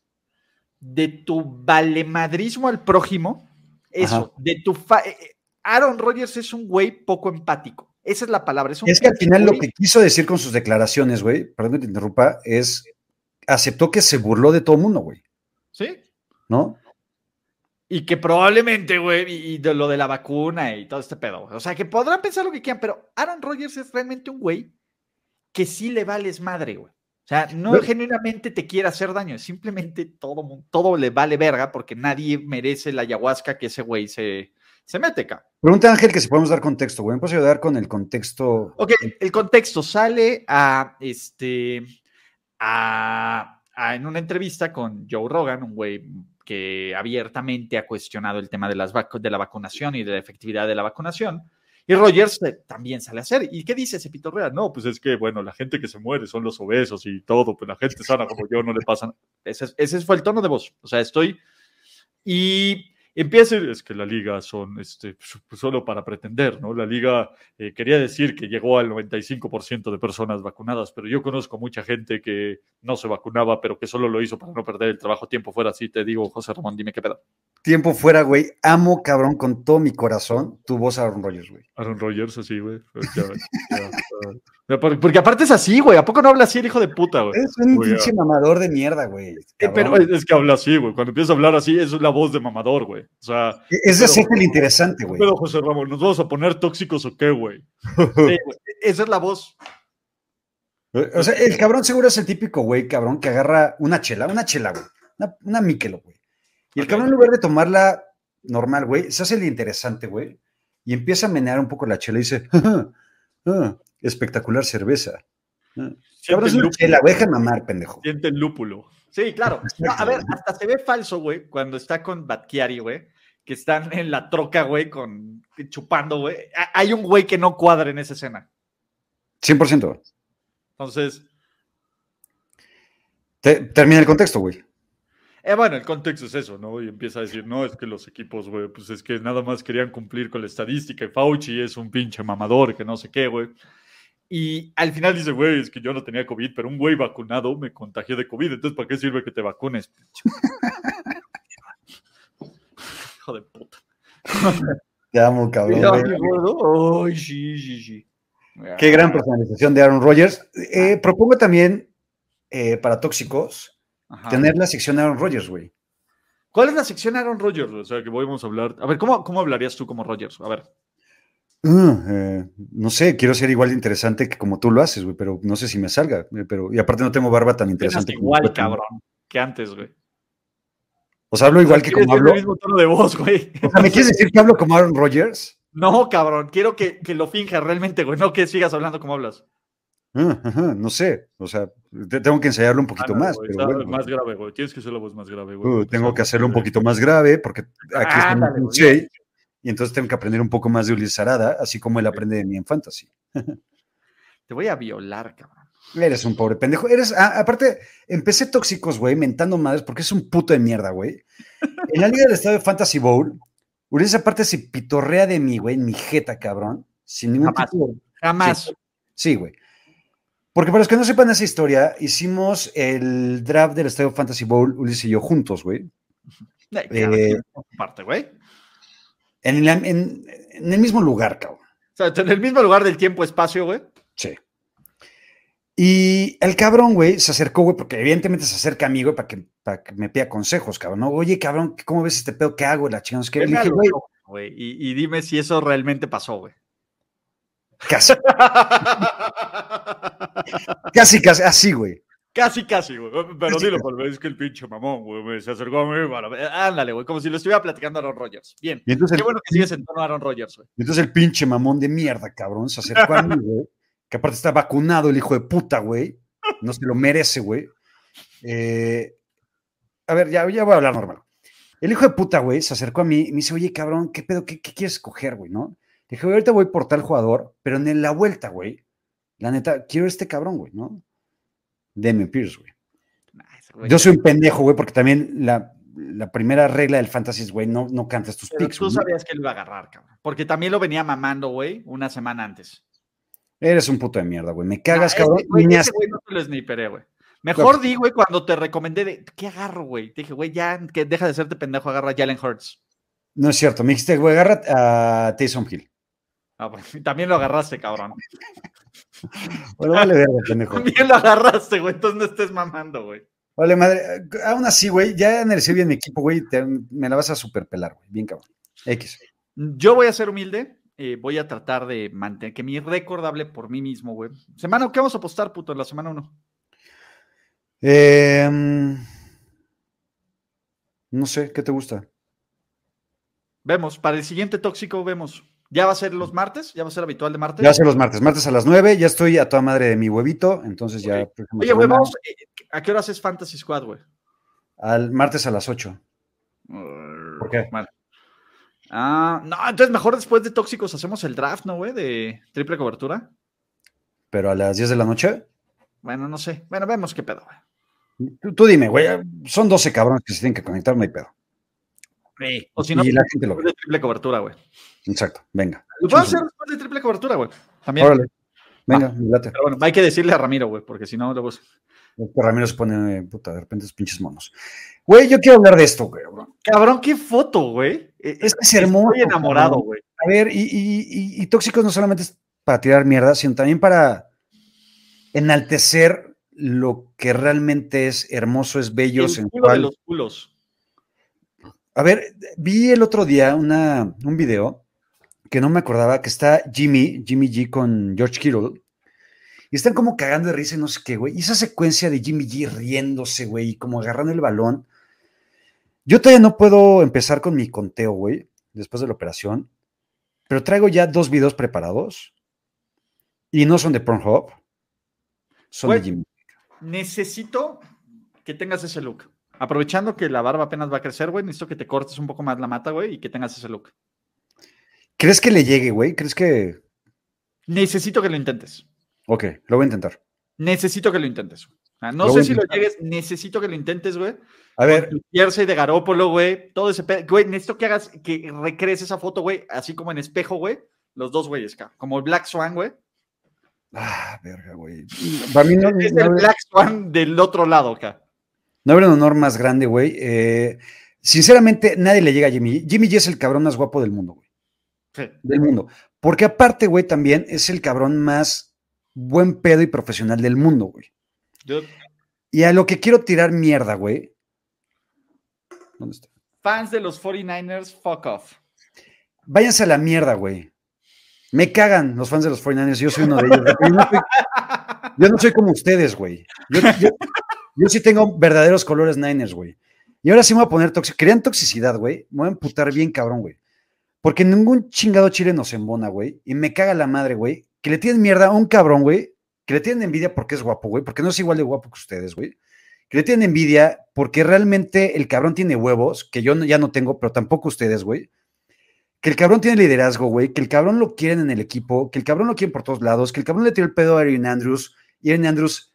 de tu valemadrismo al prójimo. Eso, Ajá. de tu... Fa... Aaron Rodgers es un güey poco empático. Esa es la palabra. Es, un Es que al final güey... lo que quiso decir con sus declaraciones, güey, perdón que te interrumpa, es aceptó que se burló de todo el mundo, güey. ¿Sí? ¿No? Y que probablemente, güey, y de lo de la vacuna y todo este pedo, güey. O sea, que podrán pensar lo que quieran, pero Aaron Rodgers es realmente un güey que sí le vales madre, güey. O sea, no Pero, genuinamente te quiere hacer daño, simplemente todo, todo le vale verga porque nadie merece la ayahuasca que ese güey se, se mete, cabrón. pregunta Ángel que si podemos dar contexto, güey. ¿Me puedes ayudar con el contexto? Ok, el contexto sale a este a, a, en una entrevista con Joe Rogan, un güey que abiertamente ha cuestionado el tema de, las vac de la vacunación y de la efectividad de la vacunación. Y Rodgers eh, también sale a hacer. ¿Y qué dice ese pitorrea? No, pues es que, bueno, la gente que se muere son los obesos y todo, pues la gente sana como yo no le pasa. Ese, ese fue el tono de voz. O sea, estoy... Y empieza a decir, es que la liga son este, solo para pretender, ¿no? La liga eh, quería decir que llegó al noventa y cinco por ciento de personas vacunadas, pero yo conozco mucha gente que no se vacunaba, pero que solo lo hizo para no perder el trabajo. Tiempo fuera, así te digo, José Ramón, dime qué pedo. Tiempo fuera, güey. Amo, cabrón, con todo mi corazón tu voz a Aaron Rodgers, güey. Aaron Rodgers, así, güey. Ya, ya, ya. Porque aparte es así, güey. ¿A poco no habla así el hijo de puta, güey? Es un pinche mamador de mierda, güey. Eh, pero es, es que habla así, güey. Cuando empieza a hablar así, es la voz de mamador, güey. O sea. Es de hacerte el interesante, güey. Pero, José Ramón, ¿nos vamos a poner tóxicos o qué, güey? Sí, esa es la voz. O sea, el cabrón seguro es el típico güey, cabrón, que agarra una chela, una chela, güey. Una, una Michelob, güey. Y el Ok. cabrón, en lugar de tomarla normal, güey, se hace el interesante, güey. Y empieza a menear un poco la chela y dice, "Ah, ah, espectacular cerveza. Ah, cabrón, es una chela, güey, deja mamar, pendejo. Siente el lúpulo. Sí, claro. No, a ver, hasta se ve falso, güey, cuando está con Batkiari, güey, que están en la troca, güey, con chupando, güey. Hay un güey que no cuadra en esa escena. cien por ciento. Entonces, Te, termina el contexto, güey. Eh, bueno, el contexto es eso, ¿no? Y empieza a decir, no, es que los equipos, güey, pues es que nada más querían cumplir con la estadística y Fauci es un pinche mamador, que no sé qué, güey. Y al final dice, güey, es que yo no tenía COVID, pero un güey vacunado me contagió de COVID, entonces ¿para qué sirve que te vacunes? Hijo de puta. Te amo, cabrón. Ya, güey. mi gordo. Ay, sí, sí, sí. Qué gran personalización de Aaron Rodgers. Eh, propongo también, eh, para tóxicos, Ajá. tener la sección de Aaron Rodgers, güey. ¿Cuál es la sección Aaron Rodgers? O sea, que vamos a hablar. A ver, ¿cómo, cómo hablarías tú como Rodgers? A ver. Uh, eh, no sé, quiero ser igual de interesante que como tú lo haces, güey, pero no sé si me salga. eh, Pero, y aparte no tengo barba tan interesante. Suenas como igual, tú. cabrón, que antes, güey. O sea, hablo igual que como hablo. el mismo tono de voz, güey. O sea, ¿me quieres decir que hablo como Aaron Rodgers? No, cabrón, quiero que, que lo finjas realmente, güey, no que sigas hablando como hablas. Uh, ajá, no sé, o sea, te- tengo que ensayarlo un poquito Ah, no, más. güey, pero está bueno, más grave, güey. Tienes que hacer la voz más grave, güey. uh, porque tengo es que algo hacerlo un que- poquito más grave porque aquí está Ándale, mi güey. sensei, y entonces tengo que aprender un poco más de Ulises Arada, así como él aprende de mí en Fantasy. Te voy a violar, cabrón. Eres un pobre pendejo. Eres, ah, aparte, empecé tóxicos, güey, mentando madres porque es un puto de mierda, güey. En la Liga del Estado de Fantasy Bowl, Ulises aparte se pitorrea de mí, güey, en mi jeta, cabrón. Sin ningún Jamás. tipo. Jamás. Sí, sí, güey. Porque para los que no sepan esa historia, hicimos el draft del Estadio Fantasy Bowl, Ulises y yo, juntos, güey. Eh, claro, Eh, parte, güey. en, el- en- en el mismo lugar, cabrón. O sea, en el mismo lugar del tiempo-espacio, güey. Sí. Y el cabrón, güey, se acercó, güey, porque evidentemente se acerca a mí, güey, para que, para que me pida consejos, cabrón, ¿no? Oye, cabrón, ¿cómo ves este pedo? ¿Qué hago? La chingada, ¿qué? Le Venga, dije, lo güey, toco, güey, y, y dime si eso realmente pasó, güey. casi, casi, casi, así, güey. Casi, casi, güey. Pero Casi, dilo, casi. por es que el pinche mamón, güey, se acercó a mí. Bueno, ándale, güey, como si lo estuviera platicando a Aaron Rodgers. Bien. Y entonces Qué el, bueno que sigues en torno a Aaron Rodgers, güey. entonces el pinche mamón de mierda, cabrón, se acercó a mí, güey, que aparte está vacunado el hijo de puta, güey. No se lo merece, güey. Eh, a ver, ya, ya voy a hablar normal. El hijo de puta, güey, se acercó a mí y me dice, oye, cabrón, ¿qué pedo? ¿Qué, qué quieres escoger, güey, no? Le dije, ahorita voy por tal jugador, pero en la vuelta, güey, la neta, quiero este cabrón, güey, ¿no? Deme Pierce, güey. Nice, güey. Yo soy un pendejo, güey, porque también la, la primera regla del fantasy es, güey, no, no cantas tus Pero picks, tú güey. sabías que lo iba a agarrar, cabrón. Porque también lo venía mamando, güey, una semana antes. Eres un puto de mierda, güey. Me cagas, Nah, cabrón. ese güey, Ni ese así- güey no te lo sniperé, güey. Mejor di, güey, cuando te recomendé de, ¿qué agarro, güey? Te dije, güey, ya, que deja de hacerte pendejo, agarra a Jalen Hurts. No es cierto. Me dijiste, güey, agarra a Taysom Hill. Ah, güey, también lo agarraste, cabrón. Bueno, vale verga, pendejo. También lo agarraste, güey, entonces no estés mamando, güey. Vale, madre. Aún así, güey, ya analicé bien mi equipo, güey. te- Me la vas a superpelar, güey. Bien, cabrón. X. Yo voy a ser humilde, eh, voy a tratar de mantener que mi récord hable por mí mismo, güey. Semana, ¿qué vamos a apostar, puto, en la semana uno? Eh, no sé, ¿qué te gusta? Vemos, para el siguiente tóxico vemos. ¿Ya va a ser los martes? ¿Ya va a ser habitual de martes? Ya ser los martes. Martes a las nueve. Ya estoy a toda madre de mi huevito. Entonces ya. Ok. próxima Oye, güey, semana, vamos. eh, ¿A qué hora haces Fantasy Squad, güey? Al martes a las ocho. ¿Por qué? Vale. Ah, no, entonces mejor después de tóxicos hacemos el draft, ¿no, güey? De triple cobertura. Pero a las diez de la noche. Bueno, no sé. Bueno, vemos qué pedo, güey. Tú, tú dime, güey. Son doce cabrones que se tienen que conectar, no hay pedo. Sí. O si no, Y la gente lo ve. de triple cobertura, güey. Exacto. Venga. Lo puedo hacer después de triple cobertura, güey. También. Órale. Venga, me late. Pero bueno, hay que decirle a Ramiro, güey, porque si no, luego. El Ramiro se pone, puta, de repente esos pinches monos. Güey, yo quiero hablar de esto, güey. bro. Cabrón, qué foto, güey. Es que es hermoso. Estoy enamorado, cabrón. güey. A ver, y, y, y, y tóxicos no solamente es para tirar mierda, sino también para enaltecer lo que realmente es hermoso, es bello, El sensual. culo de los culos. A ver, vi el otro día una, un video que no me acordaba, que está Jimmy, Jimmy G con George Kittle, y están como cagando de risa y no sé qué, güey. Y esa secuencia de Jimmy G riéndose, güey, y como agarrando el balón. Yo todavía no puedo empezar con mi conteo, güey, después de la operación, pero traigo ya dos videos preparados y no son de Pornhub, son Güey, de Jimmy. Necesito que tengas ese look. Aprovechando que la barba apenas va a crecer, güey, necesito que te cortes un poco más la mata, güey, y que tengas ese look. ¿Crees que le llegue, güey? ¿Crees que...? Necesito que lo intentes. Ok, lo voy a intentar. Necesito que lo intentes. O sea, no Lo sé voy a si lo intentar. llegues, necesito que lo intentes, güey. A ver, Con tu jersey de Garópolo, güey. Todo ese pedo. Güey, necesito que hagas, que recrees esa foto, güey, así como en espejo, güey. Los dos güeyes, cabrón. Como el Black Swan, güey. ah, verga, güey. Para mí no, Es no, el no, Black Swan del otro lado, acá. no habrá un honor más grande, güey. Eh, sinceramente, nadie le llega a Jimmy G. Jimmy G es el cabrón más guapo del mundo, güey. Sí. Del mundo. Porque aparte, güey, también es el cabrón más buen pedo y profesional del mundo, güey. Yo, Y a lo que quiero tirar mierda, güey. ¿Dónde está? fans de los cuarenta y nueve ers, fuck off. Váyanse a la mierda, güey. Me cagan los fans de los cuarenta y nueve ers. Yo soy uno de ellos. güey. Yo no soy, yo no soy como ustedes, güey. Yo, yo, yo sí tengo verdaderos colores Niners, güey. Y ahora sí me voy a poner tóxico. Querían toxicidad, güey. Me voy a emputar bien cabrón, güey. Porque ningún chingado chile nos embona, güey. Y me caga la madre, güey. Que le tienen mierda a un cabrón, güey. Que le tienen envidia porque es guapo, güey. Porque no es igual de guapo que ustedes, güey. Que le tienen envidia porque realmente el cabrón tiene huevos, que yo no- ya no tengo, pero tampoco ustedes, güey. Que el cabrón tiene liderazgo, güey. Que el cabrón lo quieren en el equipo. Que el cabrón lo quieren por todos lados. Que el cabrón le tiró el pedo a Aaron Andrews. Y Aaron Andrews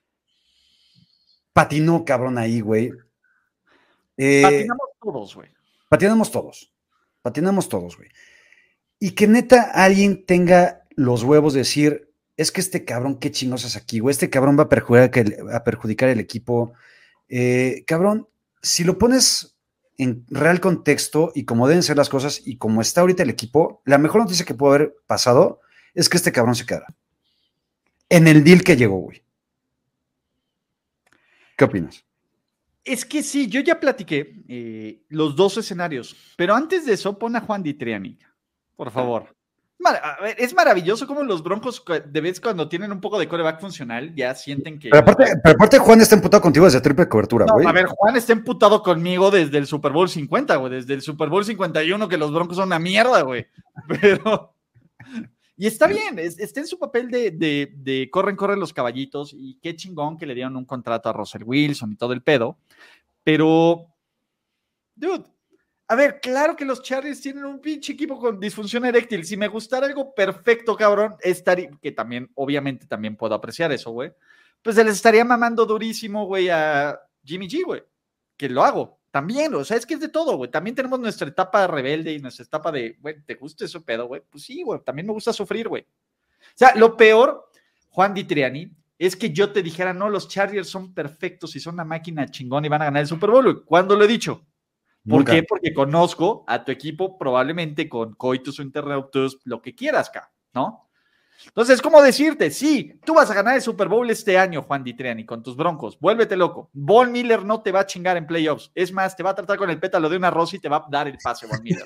patinó, cabrón, ahí, güey. Eh, Patinamos todos, güey. patinamos todos. Patinamos todos, güey. Y que neta alguien tenga los huevos de decir, es que este cabrón, qué chingosas aquí, güey, este cabrón va a perjudicar, a perjudicar el equipo. Eh, cabrón, si lo pones en real contexto y como deben ser las cosas y como está ahorita el equipo, la mejor noticia que pudo haber pasado es que este cabrón se quedara. En el deal que llegó, güey. ¿Qué opinas? Es que sí, yo ya platiqué eh, los dos escenarios, pero antes de eso, pon a Juan Di Triani, por favor. Mar- a ver, es maravilloso como los Broncos, de vez cuando tienen un poco de quarterback funcional, ya sienten que... Pero aparte, pero aparte Juan está emputado contigo desde triple cobertura, No, güey. a ver, Juan está emputado conmigo desde el Super Bowl cincuenta, güey, desde el Super Bowl cincuenta y uno que los Broncos son una mierda, güey. Pero... Y está bien, es, está en su papel de, de, de corren, corren los caballitos y qué chingón que le dieron un contrato a Russell Wilson y todo el pedo. Pero, dude, a ver, claro que los Chargers tienen un pinche equipo con disfunción eréctil. Si me gustara algo perfecto, cabrón, estaría, que también, obviamente, también puedo apreciar eso, güey. Pues se les estaría mamando durísimo, güey, a Jimmy G, güey. Que lo hago. También, o sea, es que es de todo, güey. También tenemos nuestra etapa rebelde y nuestra etapa de, güey, ¿te gusta eso pedo, güey? Pues sí, güey, también me gusta sufrir, güey. O sea, lo peor, Juan Di Triani, es que yo te dijera, no, los Chargers son perfectos y son una máquina chingón y van a ganar el Super Bowl, güey. ¿Cuándo lo he dicho? ¿Por Nunca. qué? Porque conozco a tu equipo probablemente con coitus o interruptus, lo que quieras, acá, ¿no? Entonces, ¿cómo decirte? Sí, tú vas a ganar el Super Bowl este año, Juan Di Triani, con tus Broncos. Vuélvete loco. Von Miller no te va a chingar en playoffs. Es más, te va a tratar con el pétalo de un arroz y te va a dar el pase, Von Miller.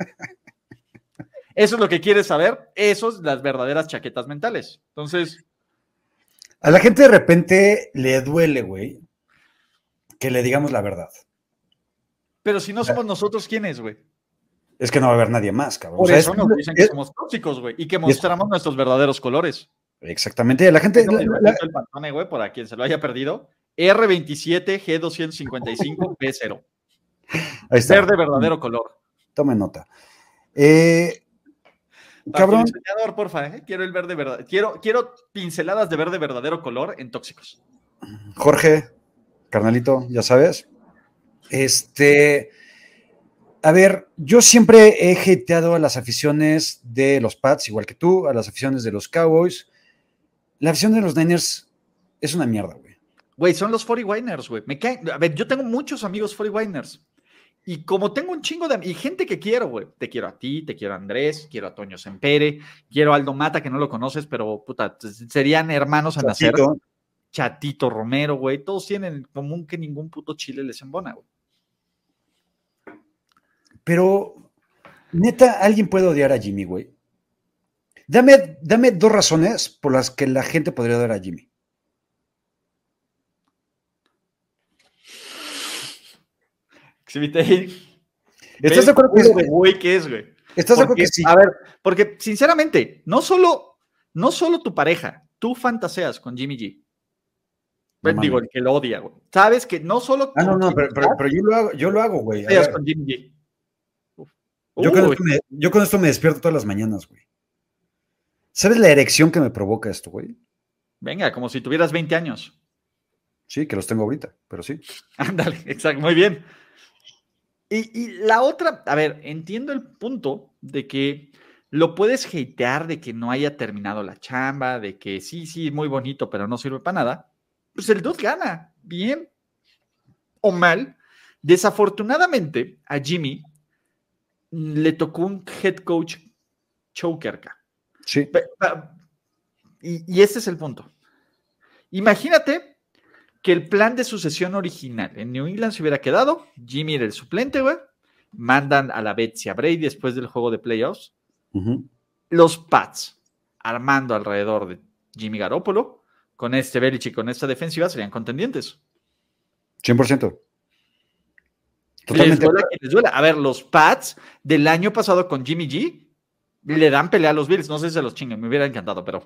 Eso es lo que quieres saber. Eso es las verdaderas chaquetas mentales. Entonces... A la gente de repente le duele, güey, que le digamos la verdad. Pero si no somos nosotros, ¿quién es, güey? Es que no va a haber nadie más, cabrón. Por O sea, eso es, nos dicen que es, somos tóxicos, güey, y que mostramos es, nuestros verdaderos colores. Exactamente. La gente... No, la, el, la, el pantone, güey, para quien se lo haya perdido. R veintisiete G doscientos cincuenta y cinco B cero. Ahí está. Verde verdadero color. Tome nota. Eh, cabrón. Diseñador, porfa, ¿eh? Quiero el verde verdadero. Quiero, quiero pinceladas de verde verdadero color en tóxicos. Jorge, carnalito, ya sabes. Este... A ver, yo siempre he hateado a las aficiones de los Pats, igual que tú, a las aficiones de los Cowboys. La afición de los Niners es una mierda, güey. Güey, son los forty-winers, güey. Me caen... A ver, yo tengo muchos amigos forty-winers. Y como tengo un chingo de... Y gente que quiero, güey. Te quiero a ti, te quiero a Andrés, quiero a Toño Sempere, quiero a Aldo Mata, que no lo conoces, pero, puta, serían hermanos a nacer. Chatito Romero, güey. Todos tienen en común que ningún puto chile les embona, güey. Pero, neta, ¿alguien puede odiar a Jimmy, güey? Dame, dame dos razones por las que la gente podría odiar a Jimmy. ¿Estás de acuerdo que es, güey, qué es, güey? ¿Estás de acuerdo que sí? A ver, porque, sinceramente, no solo, no solo tu pareja, tú fantaseas con Jimmy G. No, digo, el que lo odia, güey. Sabes que no solo... Ah, no, no, pero, pero, pero yo lo hago, yo lo hago, güey. Con Jimmy G. Yo con, esto me, yo con esto me despierto todas las mañanas, güey. ¿Sabes la erección que me provoca esto, güey? Venga, como si tuvieras veinte años. Sí, que los tengo ahorita, pero sí. Ándale, exacto, muy bien. Y, y la otra, a ver, entiendo el punto de que lo puedes hatear de que no haya terminado la chamba, de que sí, sí, muy bonito, pero no sirve para nada. Pues el dude gana, bien o mal. Desafortunadamente, a Jimmy le tocó un head coach choker. Sí. Y, y este es el punto. Imagínate que el plan de sucesión original en New England se hubiera quedado. Jimmy era el suplente, güey. Mandan a la Betsy a Brady después del juego de playoffs. Uh-huh. Los Pats, armando alrededor de Jimmy Garoppolo, con este Belichick, con esta defensiva, serían contendientes. cien por ciento. Totalmente. Les duela, les duela. A ver, los Pats del año pasado con Jimmy G le dan pelea a los Bills. No sé si se los chinguen, me hubiera encantado, pero...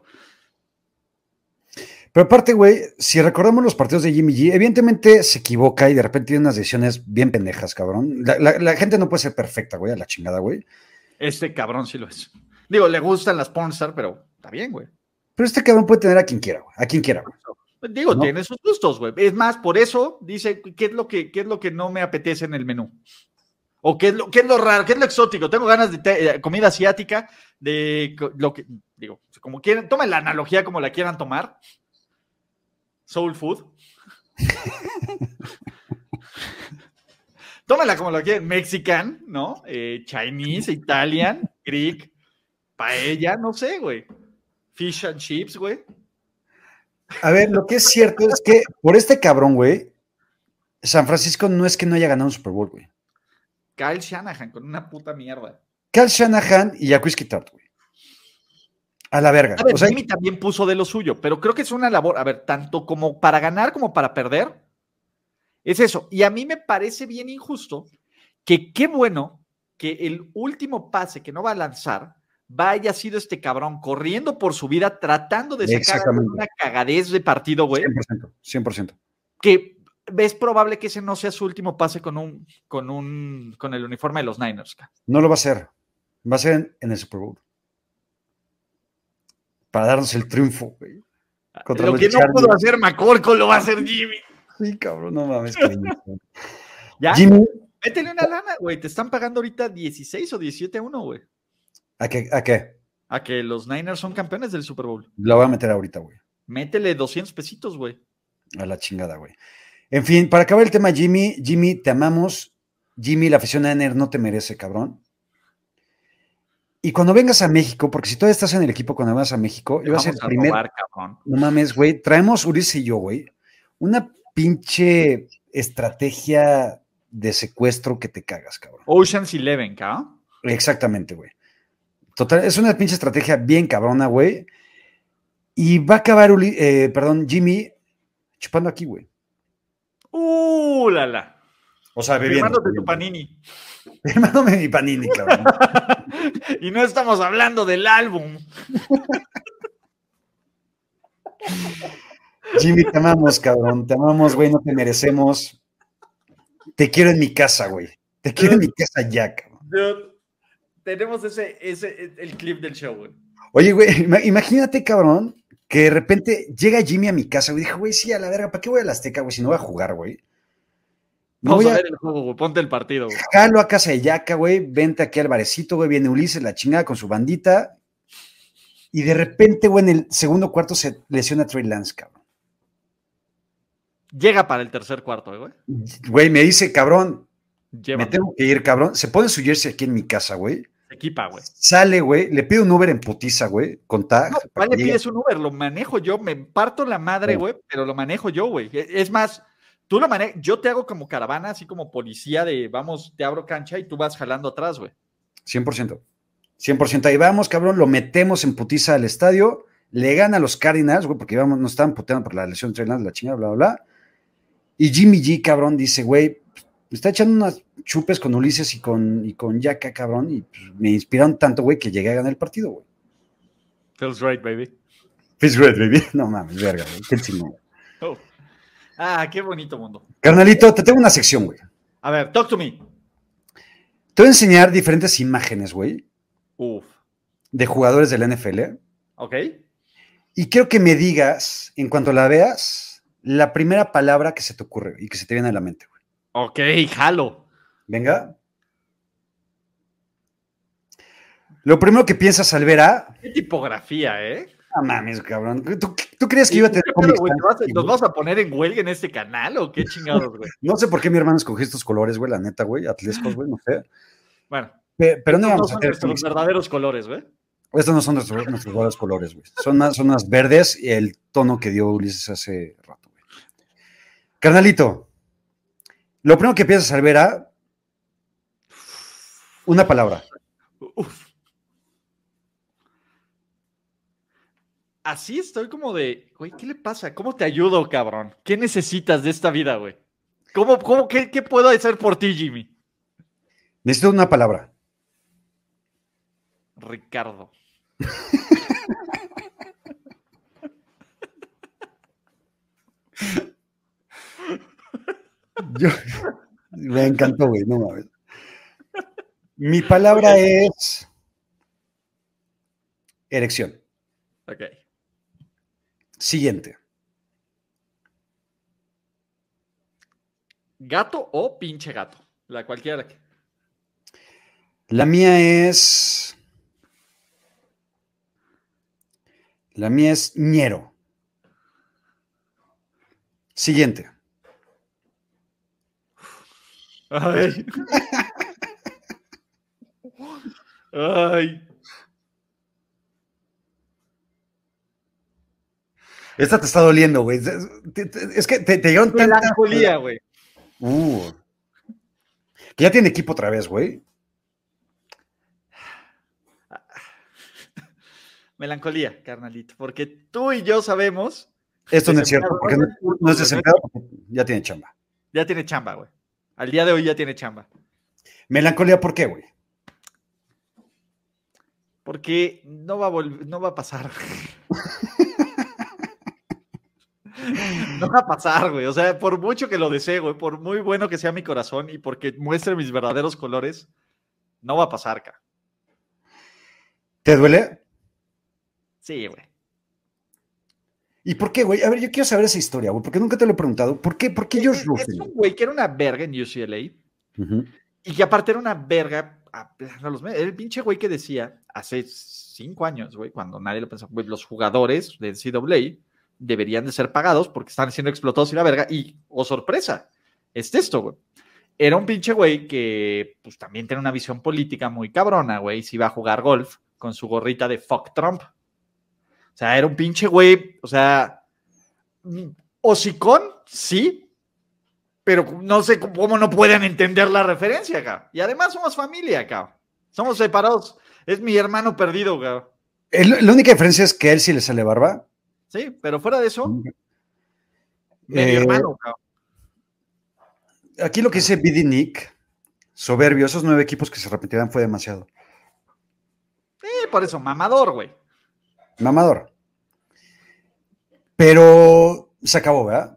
Pero aparte, güey, si recordamos los partidos de Jimmy G, evidentemente se equivoca y de repente tiene unas decisiones bien pendejas, cabrón. La, la, la gente no puede ser perfecta, güey, a la chingada, güey. Este cabrón sí lo es. Digo, le gustan las pornstar, pero está bien, güey. Pero este cabrón puede tener a quien quiera, güey. A quien quiera, güey. Digo, ¿no? Tiene sus gustos, güey. Es más, por eso dice, ¿qué es lo que, qué es lo que no me apetece en el menú? ¿O qué es lo, qué es lo raro? ¿Qué es lo exótico? Tengo ganas de te- comida asiática, de lo que, digo, como quieren, tomen la analogía como la quieran tomar. Soul food. Tómala como lo quieran. Mexican, ¿no? Eh, Chinese, Italian, Greek, paella, no sé, güey. Fish and chips, güey. A ver, lo que es cierto es que por este cabrón, güey, San Francisco no es que no haya ganado un Super Bowl, güey. Kyle Shanahan con una puta mierda. Cal Shanahan y Jacuzzi Tart, güey. A la verga. A ver, O sea, Jimmy también puso de lo suyo, pero creo que es una labor, a ver, tanto como para ganar como para perder, es eso. Y a mí me parece bien injusto que qué bueno que el último pase que no va a lanzar vaya sido este cabrón corriendo por su vida, tratando de sacar exactamente. una cagadez de partido, güey. cien por ciento, cien por ciento. Que es probable que ese no sea su último pase con un, con un, con el uniforme de los Niners. No lo va a hacer. Va a ser en, en el Super Bowl. Para darnos el triunfo, güey. Contra Lo los que no Chargers. pudo hacer McCorkle lo va a hacer Jimmy. Sí, cabrón, no mames. Que ¿Ya? Jimmy. Métele una lana, güey. Te están pagando ahorita dieciséis o diecisiete a uno, güey. ¿A qué? ¿A qué? A que los Niners son campeones del Super Bowl. La voy a meter ahorita, güey. Métele doscientos pesitos, güey. A la chingada, güey. En fin, para acabar el tema, Jimmy, Jimmy, te amamos. Jimmy, la afición de Niner no te merece, cabrón. Y cuando vengas a México, porque si todavía estás en el equipo cuando vengas a México, yo voy a ser el a primer. robar, cabrón. No mames, güey. Traemos Ulises y yo, güey. Una pinche estrategia de secuestro que te cagas, cabrón. Ocean's Eleven, cabrón. Exactamente, güey. Total, es una pinche estrategia bien cabrona, güey. Y va a acabar, Uli, eh, perdón, Jimmy, chupando aquí, güey. Uh, la la. O sea, bebiendo. Firmándote tu panini. Firmándome mi panini, cabrón. Y no estamos hablando del álbum. Jimmy, te amamos, cabrón. Te amamos, güey. No te merecemos. Te quiero en mi casa, güey. Te quiero en mi casa ya, cabrón. Dude, tenemos ese, ese, el clip del show, güey. Oye, güey, imagínate, cabrón, que de repente llega Jimmy a mi casa, güey. Dijo, güey, sí, a la verga, ¿para qué voy a la Azteca, güey, si no voy a jugar, güey? No Vamos voy a, a ver el juego, güey. Ponte el partido, güey. Jalo a casa de Yaca, güey. Vente aquí al barecito, güey. Viene Ulises, la chingada con su bandita. Y de repente, güey, en el segundo cuarto se lesiona Trey Lance, cabrón. Llega para el tercer cuarto, güey. Güey, me dice, cabrón, Llévame. me tengo que ir, cabrón. Se pone su jersey aquí en mi casa, güey. Se equipa, güey. Sale, güey. Le pido un Uber en putiza, güey, con tag. No, ¿cuál le pides un Uber? Lo manejo yo. Me parto la madre, güey, sí. Pero lo manejo yo, güey. Es más, tú lo manejas. Yo te hago como caravana, así como policía de, vamos, te abro cancha y tú vas jalando atrás, güey. cien por ciento. cien por ciento. Ahí vamos, cabrón. Lo metemos en putiza al estadio. Le gana a los Cardinals, güey, porque íbamos, nos estaban puteando por la lesión de Trey Lance, la chingada, bla, bla, bla. Y Jimmy G, cabrón, dice, güey, me está echando unas chupes con Ulises y con, y con Yaka, cabrón, y pues, me inspiraron tanto, güey, que llegué a ganar el partido, güey. Feels right, baby. Feels right, baby. No mames, verga, güey. Qué chingón. Oh. Ah, qué bonito mundo. Carnalito, te tengo una sección, güey. A ver, talk to me. Te voy a enseñar diferentes imágenes, güey. Uf. De jugadores del N F L. Ok. Y quiero que me digas, en cuanto la veas, la primera palabra que se te ocurre y que se te viene a la mente, güey. Ok, jalo. Venga. Lo primero que piensas al ver a... Qué tipografía, ¿eh? No mames, cabrón. ¿Tú, tú crees que iba a tener cómics? ¿Nos vamos a poner en huelga en este canal o qué chingados, güey? No sé por qué mi hermano escogió estos colores, güey, la neta, güey, atlescos, güey, no sé. Bueno. Pero, pero no vamos no a tener nuestros verdaderos colores, güey. Estos no son nuestros, nuestros verdaderos colores, güey. Son más, son más verdes y el tono que dio Ulises hace rato, güey. Carnalito, lo primero que piensas al ver a una palabra. Uf. Así estoy como de, güey, ¿qué le pasa? ¿Cómo te ayudo, cabrón? ¿Qué necesitas de esta vida, güey? ¿Cómo, cómo, qué, qué puedo hacer por ti, Jimmy? Necesito una palabra. Ricardo. Yo, me encantó, güey, no mames. Mi palabra okay. es erección. Ok. Siguiente. ¿Gato o pinche gato? La cualquiera. La mía es. La mía es ñero. Siguiente. Ay. Ay. Esta te está doliendo, güey. Es que te, te llevan tanta. Melancolía, güey. Uh. Que ya tiene equipo otra vez, güey. Melancolía, carnalito. Porque tú y yo sabemos. Esto no es cierto, porque no, no es desempleado, porque ya tiene chamba. Ya tiene chamba, güey. Al día de hoy ya tiene chamba. Melancolía, ¿por qué, güey? Porque no va a volver, no va a pasar. No va a pasar, güey. O sea, por mucho que lo desee, güey, por muy bueno que sea mi corazón y porque muestre mis verdaderos colores, no va a pasar, ca. ¿Te duele? Sí, güey. ¿Y por qué, güey? A ver, yo quiero saber esa historia, güey, porque nunca te lo he preguntado. ¿Por qué, por qué Josh Rosen? Es un güey que era una verga en U C L A uh-huh. y que aparte era una verga. No, los, el pinche güey que decía hace cinco años, güey, cuando nadie lo pensaba, güey, los jugadores de N C A A deberían de ser pagados porque están siendo explotados y la verga. Y, oh sorpresa, es esto, güey. Era un pinche güey que pues también tiene una visión política muy cabrona, güey. Se iba a jugar golf con su gorrita de fuck Trump. O sea, era un pinche güey, o sea, hocicón, sí, pero no sé cómo no pueden entender la referencia, acá. Y además somos familia, acá. Somos separados. Es mi hermano perdido, acá. El, la única diferencia es que a él sí le sale barba. Sí, pero fuera de eso, eh, medio hermano, acá. Aquí lo que dice B D Nick, soberbio, esos nueve equipos que se repetirán fue demasiado. Sí, por eso, mamador, güey. Mamador. Pero se acabó, ¿verdad?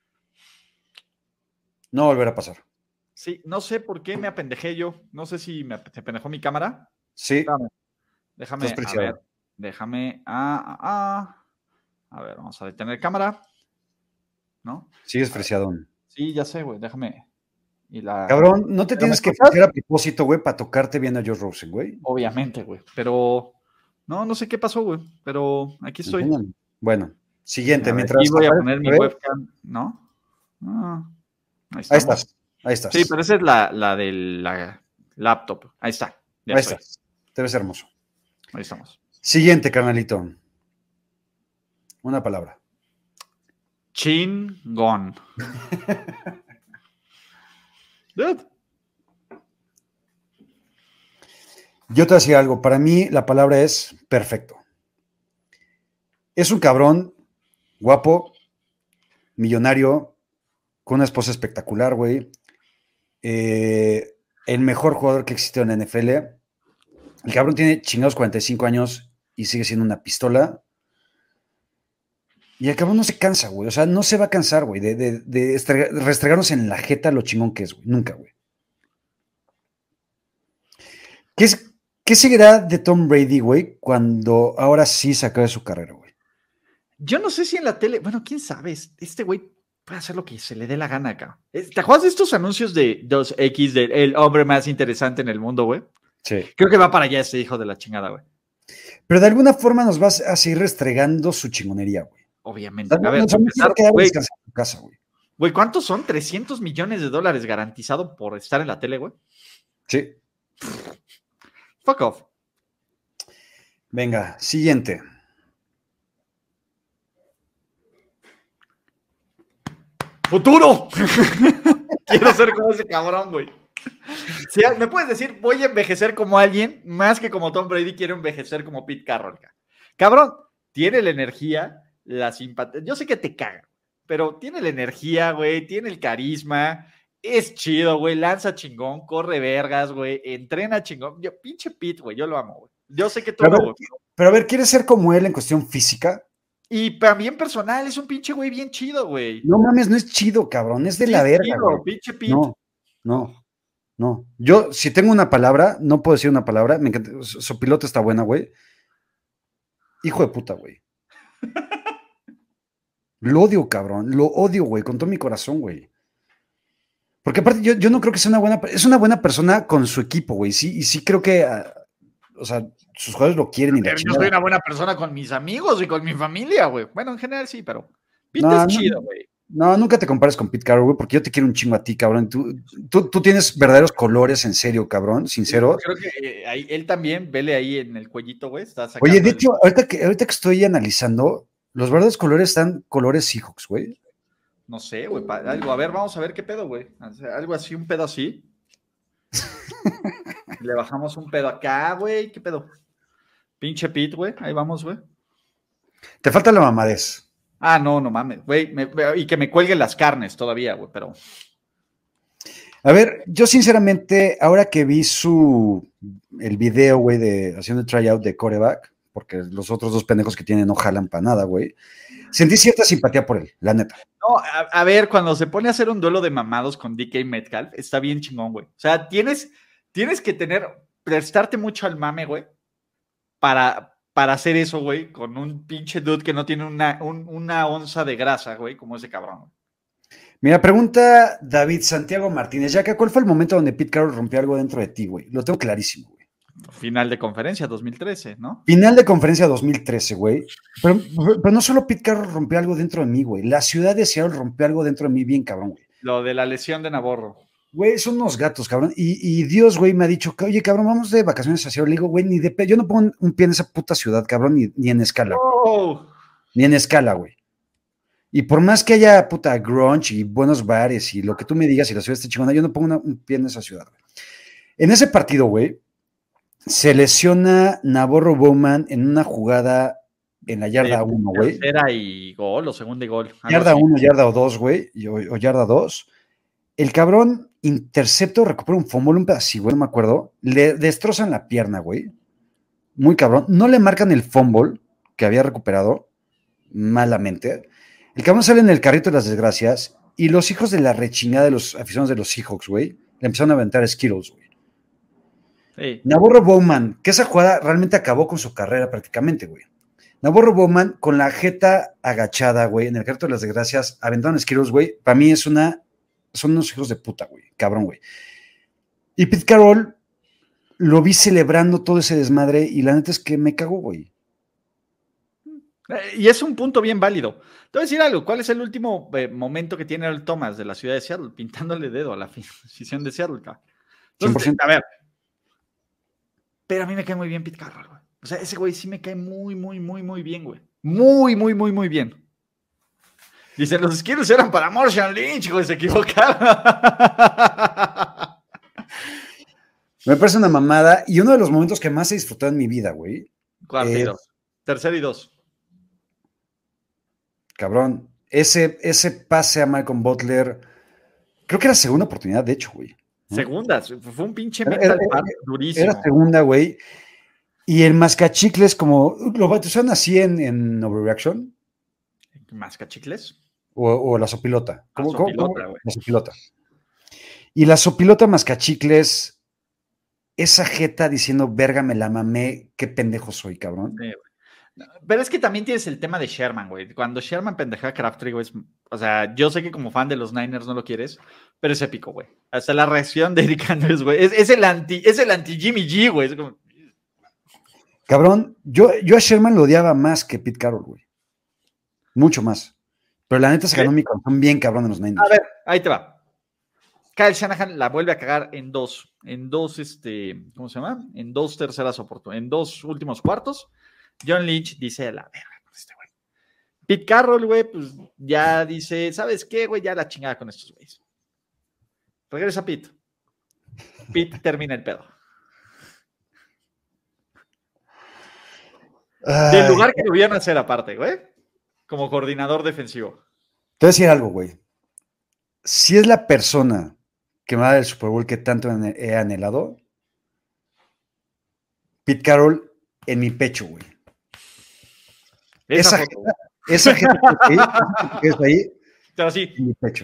No volverá a pasar. Sí, no sé por qué me apendejé yo. No sé si me se apendejó mi cámara. Sí. Déjame, déjame a ver. Déjame. Ah, ah, ah. A ver, vamos a detener cámara. ¿No? Sigues freciadón. Sí, ya sé, güey. Déjame. Y la... Cabrón, no te tienes que hacer a propósito, güey, para tocarte bien a Josh Rosen, güey. Obviamente, güey. Pero no, no sé qué pasó, güey. Pero aquí estoy. Entiéndame. Bueno, siguiente. A ver, mientras aquí voy a poner mi webcam, ¿no? Ah, ahí, ahí estás. Ahí estás. Sí, pero esa es la, la de la laptop. Ahí está. Ya ahí estoy. Estás. Te ves hermoso. Ahí estamos. Siguiente, carnalito. Una palabra. Chingón. Dude. Yo te voy a decir algo. Para mí, la palabra es perfecto. Es un cabrón guapo, millonario, con una esposa espectacular, güey. Eh, el mejor jugador que existió en la N F L. El cabrón tiene chingados cuarenta y cinco años y sigue siendo una pistola. Y el cabrón no se cansa, güey. O sea, no se va a cansar, güey, de, de, de restregarnos en la jeta lo chingón que es, güey. Nunca, güey. ¿Qué, es, ¿Qué seguirá de Tom Brady, güey, cuando ahora sí se acabe su carrera, güey? Yo no sé si en la tele, bueno, quién sabe, este güey puede hacer lo que se le dé la gana acá. ¿Te acuerdas de estos anuncios de dos X, del hombre más interesante en el mundo, güey? Sí. Creo que va para allá ese hijo de la chingada, güey. Pero de alguna forma nos va a seguir restregando su chingonería, güey. Obviamente. A ver, no, empezar, que güey, en tu casa, güey. Güey, ¿cuántos son? trescientos millones de dólares garantizado por estar en la tele, güey. Sí. Fuck off. Venga, siguiente. ¡Futuro! Quiero ser como ese cabrón, güey. Si me puedes decir, voy a envejecer como alguien, más que como Tom Brady, quiero envejecer como Pete Carroll. Cabrón, tiene la energía, la simpatía. Yo sé que te caga, pero tiene la energía, güey, tiene el carisma, es chido, güey, lanza chingón, corre vergas, güey, entrena chingón. Yo, pinche Pete, güey, yo lo amo, güey. Yo sé que tú pero, no, güey. Pero a ver, ¿quieres ser como él en cuestión física? Y también personal, es un pinche güey bien chido, güey. No mames, no es chido, cabrón, es de sí, la verga, chido, güey. Pinche Pete. No, no. No, yo si tengo una palabra, no puedo decir una palabra, me encanta, Sopilote está buena, güey. Hijo de puta, güey. Lo odio, cabrón, lo odio, güey, con todo mi corazón, güey. Porque aparte yo, yo no creo que sea una buena, es una buena persona con su equipo, güey, sí, y sí creo que, uh, o sea, sus jugadores lo quieren y la Pero yo chingada. soy una buena persona con mis amigos y con mi familia, güey. Bueno, en general sí, pero Pete No, es no, chido, güey. no, nunca te compares con Pete Carroll, güey, porque yo te quiero un chingo a ti, cabrón. Tú, tú, tú tienes verdaderos colores, en serio, cabrón, sincero. Creo que eh, ahí, él también, vele ahí en el cuellito, güey, está sacando. Oye, de el... hecho, ahorita que, ahorita que estoy analizando, los verdaderos colores están colores Seahawks, güey. No sé, güey, algo. A ver, vamos a ver qué pedo, güey. Algo así, un pedo así. Le bajamos un pedo acá, güey. ¿Qué pedo? Pinche Pete, güey. Ahí vamos, güey. Te falta la mamadez. Ah, no, no mames, güey. Y que me cuelguen las carnes todavía, güey, pero. A ver, yo sinceramente, ahora que vi su el video, güey, de haciendo el tryout de quarterback, porque los otros dos pendejos que tienen no jalan para nada, güey, sentí cierta simpatía por él, la neta. No, a, a ver, cuando se pone a hacer un duelo de mamados con D K Metcalf, está bien chingón, güey. O sea, tienes, tienes que tener, prestarte mucho al mame, güey, para, para hacer eso, güey, con un pinche dude que no tiene una, un, una onza de grasa, güey, como ese cabrón. Mira, pregunta David Santiago Martínez, ya que ¿cuál fue el momento donde Pete Carroll rompió algo dentro de ti, güey? Lo tengo clarísimo, güey. Final de conferencia dos mil trece, ¿no? Final de conferencia dos mil trece, güey. Pero, pero no solo Pete Carroll rompió algo dentro de mí, güey. La ciudad de Seattle rompió algo dentro de mí bien cabrón, güey. Lo de la lesión de Navarro. Güey, son unos gatos, cabrón. Y, y Dios, güey, me ha dicho, oye, cabrón, vamos de vacaciones a Seattle. Le digo, güey, ni de pe... Yo no pongo un pie en esa puta ciudad, cabrón, ni, ni en escala. Oh. Ni en escala, güey. Y por más que haya puta grunge y buenos bares y lo que tú me digas y la ciudad está chingona, yo no pongo una, un pie en esa ciudad, güey. En ese partido, güey, se lesiona Navarro Bowman en una jugada en la yarda uno, güey. Tercera y gol o segunda y gol. Yarda uno, yarda dos, güey, o, o yarda dos. El cabrón intercepto, recupera un fumble, un pedacito, güey, no me acuerdo. Le destrozan la pierna, güey. Muy cabrón. No le marcan el fumble que había recuperado malamente. El cabrón sale en el carrito de las desgracias y los hijos de la rechingada de los aficionados de los Seahawks, güey, le empezaron a aventar Skittles, güey. Sí. Navarro Bowman, que esa jugada realmente acabó con su carrera prácticamente, güey. Navarro Bowman con la jeta agachada, güey, en el carrito de las desgracias, aventaron Skittles, güey. Para mí es una, son unos hijos de puta, güey, cabrón, güey. Y Pete Carroll lo vi celebrando todo ese desmadre y la neta es que me cagó, güey. Y es un punto bien válido. Te voy a decir algo. ¿Cuál es el último eh, momento que tiene el Thomas de la ciudad de Seattle? Pintándole dedo a la afición de Seattle. Entonces, cien por ciento. A ver. Pero a mí me cae muy bien Pete Carroll, güey. O sea, ese güey sí me cae muy, muy, muy, muy bien, güey. Muy, muy, muy, muy bien. Dicen, los Skittles eran para Marshawn Lynch, güey. Se equivocaron. Me parece una mamada. Y uno de los momentos que más he disfrutado en mi vida, güey. Cuarto y dos. Tercero y dos. Cabrón, ese, ese pase a Malcolm Butler, creo que era segunda oportunidad, de hecho, güey. ¿no? Segunda, fue un pinche mental era, era, durísimo. Era segunda, güey. Y el mascachicles, como, ¿lo bautizaron así en, en Overreaction? ¿Mascachicles? O, o la sopilota. ¿Cómo, la sopilota, güey. La sopilota. Y la sopilota mascachicles, esa jeta diciendo, verga, me la mamé, qué pendejo soy, cabrón. Sí, pero es que también tienes el tema de Sherman, güey. Cuando Sherman pendeja a Crabtree, güey, o sea, yo sé que como fan de los Niners no lo quieres, pero es épico, güey. Hasta la reacción de Eric Andrews, güey. Es, es el anti, es el anti Jimmy G, güey. Es como... Cabrón, yo, yo a Sherman lo odiaba más que Pete Carroll, güey. Mucho más. Pero la neta se ganó mi corazón bien cabrón en los Niners. A ver, ahí te va. Kyle Shanahan la vuelve a cagar en dos, en dos, este, ¿cómo se llama? En dos terceras oportunidades, en dos últimos cuartos. John Lynch dice, la verga con este güey. Pete Carroll, güey, pues ya dice, ¿sabes qué, güey? Ya la chingada con estos güeyes. Regresa Pete. Pete termina el pedo. Ay. Del lugar que lo vieron hacer aparte, güey. Como coordinador defensivo. Te voy a decir algo, güey. Si es la persona que me va a dar el Super Bowl que tanto he anhelado, Pete Carroll en mi pecho, güey. Esa, esa gente, esa gente que, que es ahí, pero sí. En mi pecho.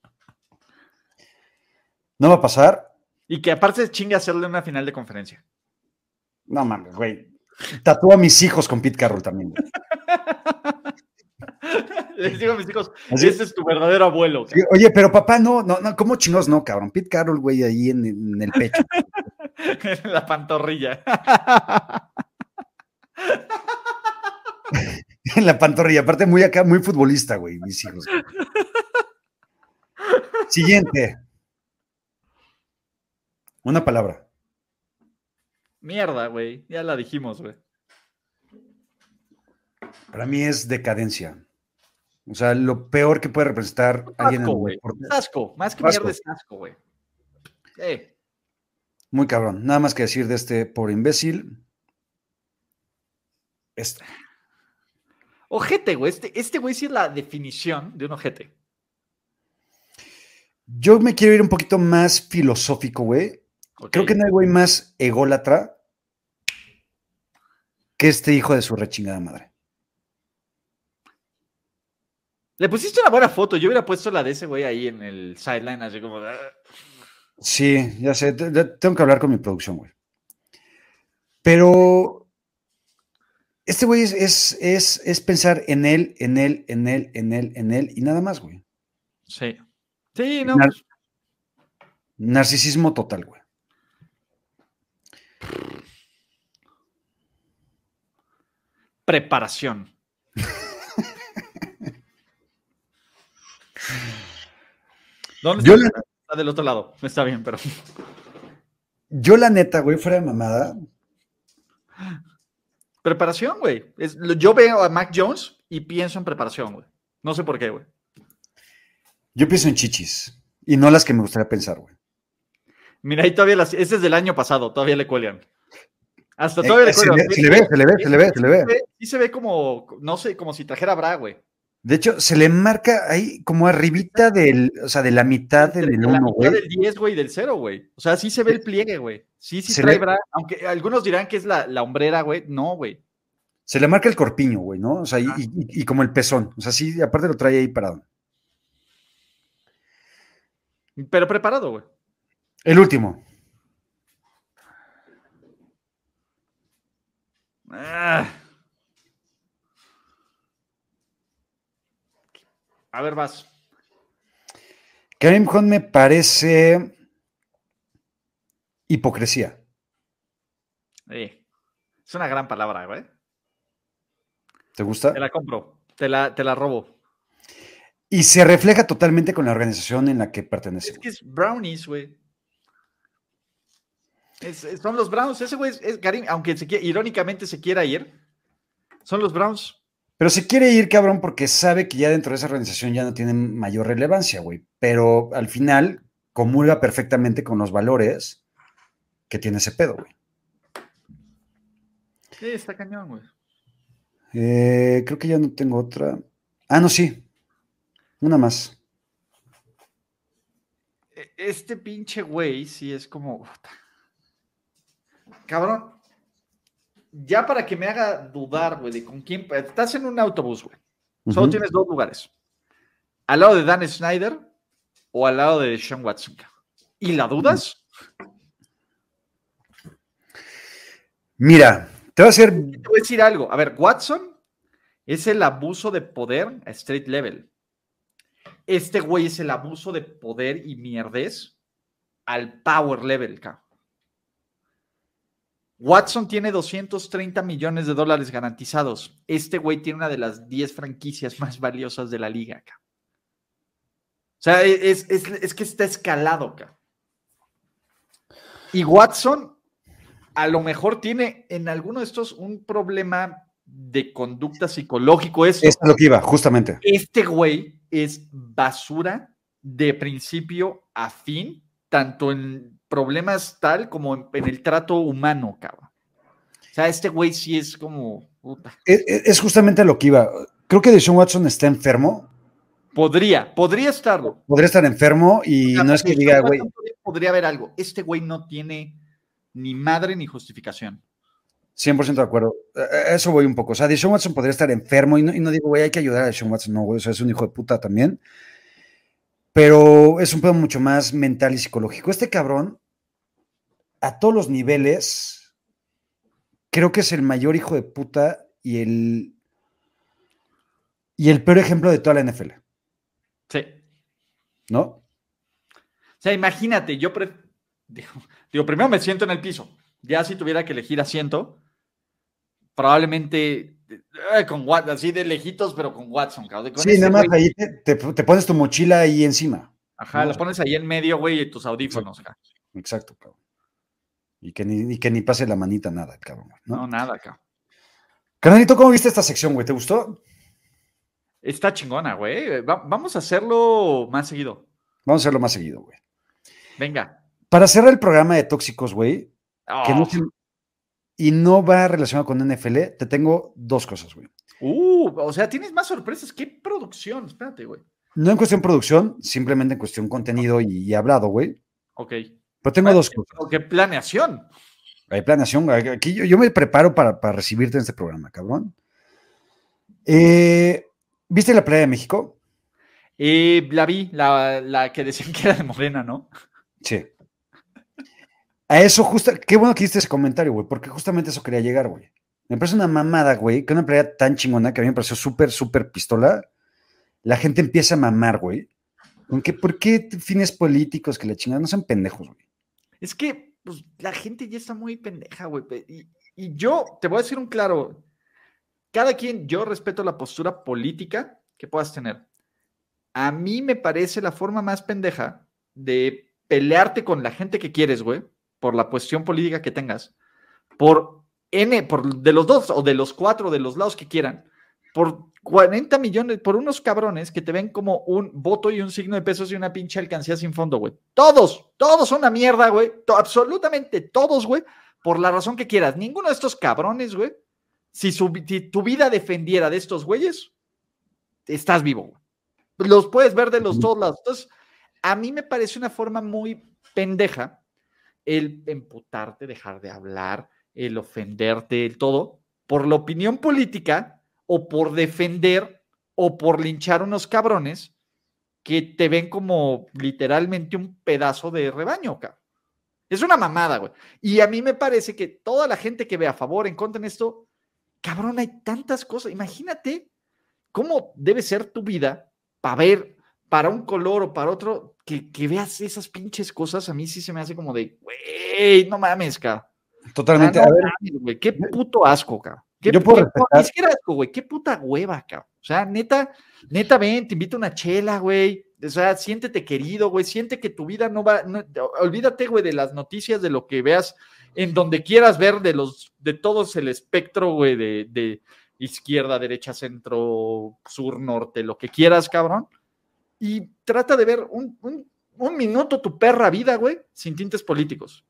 No va a pasar. Y que aparte es chingue hacerle una final de conferencia. No mames, güey. Tatúa a mis hijos con Pete Carroll también, güey. Les digo a mis hijos, Así- ese es tu verdadero abuelo. Sí, oye, pero papá, no, no, no, ¿cómo chingados no, cabrón? Pete Carroll, güey, ahí en, en el pecho. La pantorrilla. En la pantorrilla, aparte muy acá, muy futbolista, güey, mis hijos. Güey. Siguiente. Una palabra. Mierda, güey. Ya la dijimos, güey. Para mí es decadencia. O sea, lo peor que puede representar alguien en Asco, el güey. deporte. Asco. Más que Asco. mierda es asco, güey. Eh. Muy cabrón. Nada más que decir de este pobre imbécil. Esto. Ojete, güey. Este, este güey sí es la definición de un ojete. Yo me quiero ir un poquito más filosófico, güey. Okay. Creo que no hay güey más ególatra que este hijo de su rechingada madre. Le pusiste una buena foto. Yo hubiera puesto la de ese güey ahí en el sideline, así como. Sí, ya sé. Te, te, tengo que hablar con mi producción, güey. Pero este güey es, es, es, es pensar en él, en él, en él, en él, en él y nada más, güey. Sí. Sí, no. Nar- narcisismo total, güey. Preparación. ¿Dónde Yo está? la, Está del otro lado. Está bien, pero. yo la neta, güey, fuera de mamada, Preparación, güey. Es- lo- Yo veo a Mac Jones y pienso en preparación, güey. No sé por qué, güey. yo pienso en chichis y no las que me gustaría pensar, güey. Mira, ahí todavía las. Este es del año pasado, todavía le cuelgan. Hasta Eh, todavía le se, cuelgan. le, se le ve, se le ve, se le ve, se le ve. Sí se ve como, no sé, como si trajera bra, güey. De hecho, se le marca ahí como arribita del, o sea, de la mitad del De la uno, mitad güey. del diez, güey, del cero, güey. O sea, sí se ve el pliegue, güey. Sí, sí Se trae le- bra. Aunque algunos dirán que es la, la hombrera, güey. No, güey. Se le marca el corpiño, güey, ¿no? O sea, y, y- y como el pezón. O sea, sí, aparte lo trae ahí parado. Pero preparado, güey. El último. Ah. A ver, vas. Karim Hunt me parece hipocresía. Eh, Es una gran palabra, güey. ¿Te gusta? Te la compro. Te la, te la robo. Y se refleja totalmente con la organización en la que pertenece. Es que es Brownies, güey. Es- es- son los Browns. Ese güey es, es Karim, aunque se quiera- irónicamente se quiera ir, son los Browns. Pero se quiere ir, cabrón, porque sabe que ya dentro de esa organización ya no tiene mayor relevancia, güey. Pero al final comulga perfectamente con los valores que tiene ese pedo, güey. Sí, está cañón, güey. Eh, creo que ya no tengo otra. Ah, no, sí. Una más. E- Este pinche güey sí es como. Puta. Cabrón. Ya para que me haga dudar, güey, de con quién. Estás en un autobús, güey. Solo Ujú. tienes dos lugares. Al lado de Dan Snyder o al lado de Sean Watson. ¿Y la dudas? Mira, te voy a hacer. Te voy a decir algo. A ver, Watson es el abuso de poder a straight level. Este güey es el abuso de poder y mierdez al power level, cabrón. Watson tiene doscientos treinta millones de dólares garantizados. Este güey tiene una de las diez franquicias más valiosas de la liga, cabrón. O sea, es, es, es que está escalado, cabrón. Y Watson a lo mejor tiene en alguno de estos un problema de conducta psicológico. Eso. Esto es lo que iba, justamente. Este güey es basura de principio a fin, tanto en problemas tal como en, en el trato humano, cabrón. O sea, este güey sí es como... Puta. Es, es justamente a lo que iba. Creo que Deshaun Watson está enfermo. Podría, podría estarlo. Podría estar enfermo y O sea, no es que Deshaun diga, Watson güey. podría, podría haber algo. Este güey no tiene ni madre ni justificación. cien por ciento de acuerdo. A eso voy un poco. O sea, Deshaun Watson podría estar enfermo y no, y no digo, güey, hay que ayudar a Deshaun Watson. No, güey, o sea, es un hijo de puta también. Pero es un pedo mucho más mental y psicológico. Este cabrón, a todos los niveles, creo que es el mayor hijo de puta y el, y el peor ejemplo de toda la N F L. Sí. ¿No? O sea, imagínate, yo pre... digo, digo, primero me siento en el piso. Ya si tuviera que elegir asiento, probablemente eh, con Watson, así de lejitos, pero con Watson, cabrón. Con sí, nada más güey, ahí te, te, te pones tu mochila ahí encima. ajá, ¿no? La pones ahí en medio, güey, y tus audífonos. Exacto, exacto, cabrón. Y que, ni, y que ni pase la manita nada, cabrón. No, no nada, cabrón. Carnalito, ¿cómo viste esta sección, güey? ¿Te gustó? Está chingona, güey. Va, vamos a hacerlo más seguido. Vamos a hacerlo más seguido, güey. Venga. Para cerrar el programa de Tóxicos, güey, oh. que no se, y no va relacionado con N F L, te tengo dos cosas, güey. Uh, o sea, tienes más sorpresas. ¿Qué producción? Espérate, güey. No en cuestión producción, simplemente en cuestión contenido y, y hablado, güey. Ok. Pero tengo dos cosas. ¿Qué planeación? Hay planeación. Aquí yo, yo me preparo para, para recibirte en este programa, cabrón. Eh, ¿Viste la playa de México? Eh, la vi, la, la que decían que era de Morena, ¿no? Sí. A eso justo, qué bueno que hiciste ese comentario, güey, porque justamente eso quería llegar, güey. Me parece una mamada, güey, que una playa tan chingona que a mí me pareció súper, súper pistola, la gente empieza a mamar, güey. ¿Con qué, ¿Por qué fines políticos que la chingada? No sean pendejos, güey. Es que pues, la gente ya está muy pendeja, güey. Y, y yo te voy a decir un claro, cada quien, yo respeto la postura política que puedas tener. A mí me parece la forma más pendeja de pelearte con la gente que quieres, güey, por la cuestión política que tengas, por N, por de los dos o de los cuatro, de los lados que quieran, por cuarenta millones, por unos cabrones que te ven como un voto y un signo de pesos y una pinche alcancía sin fondo, güey. Todos, todos son una mierda, güey. To- absolutamente todos, güey, por la razón que quieras. Ninguno de estos cabrones, güey, si, su, si tu vida defendiera de estos güeyes, estás vivo, güey. Los puedes ver de los dos lados. Entonces, a mí me parece una forma muy pendeja el emputarte, dejar de hablar, el ofenderte, el todo, por la opinión política o por defender o por linchar unos cabrones que te ven como literalmente un pedazo de rebaño, cabrón. Es una mamada, güey. Y a mí me parece que toda la gente que ve a favor, en contra en esto, cabrón, hay tantas cosas. Imagínate cómo debe ser tu vida para ver, para un color o para otro, que, que veas esas pinches cosas. A mí sí se me hace como de, güey, no mames, cabrón. Totalmente. Ah, no a ver, mames, güey, qué puto asco, cabrón. ¿Qué, yo puedo qué, respetar. Ni siquiera asco, güey, qué puta hueva, cabrón. O sea, neta, neta, ven, te invito a una chela, güey. O sea, siéntete querido, güey. Siente que tu vida no va. No, olvídate, güey, de las noticias, de lo que veas en donde quieras ver, de los, de todos el espectro, güey, de, de izquierda, derecha, centro, sur, norte, lo que quieras, cabrón. Y trata de ver un, un, un minuto tu perra vida, güey, sin tintes políticos.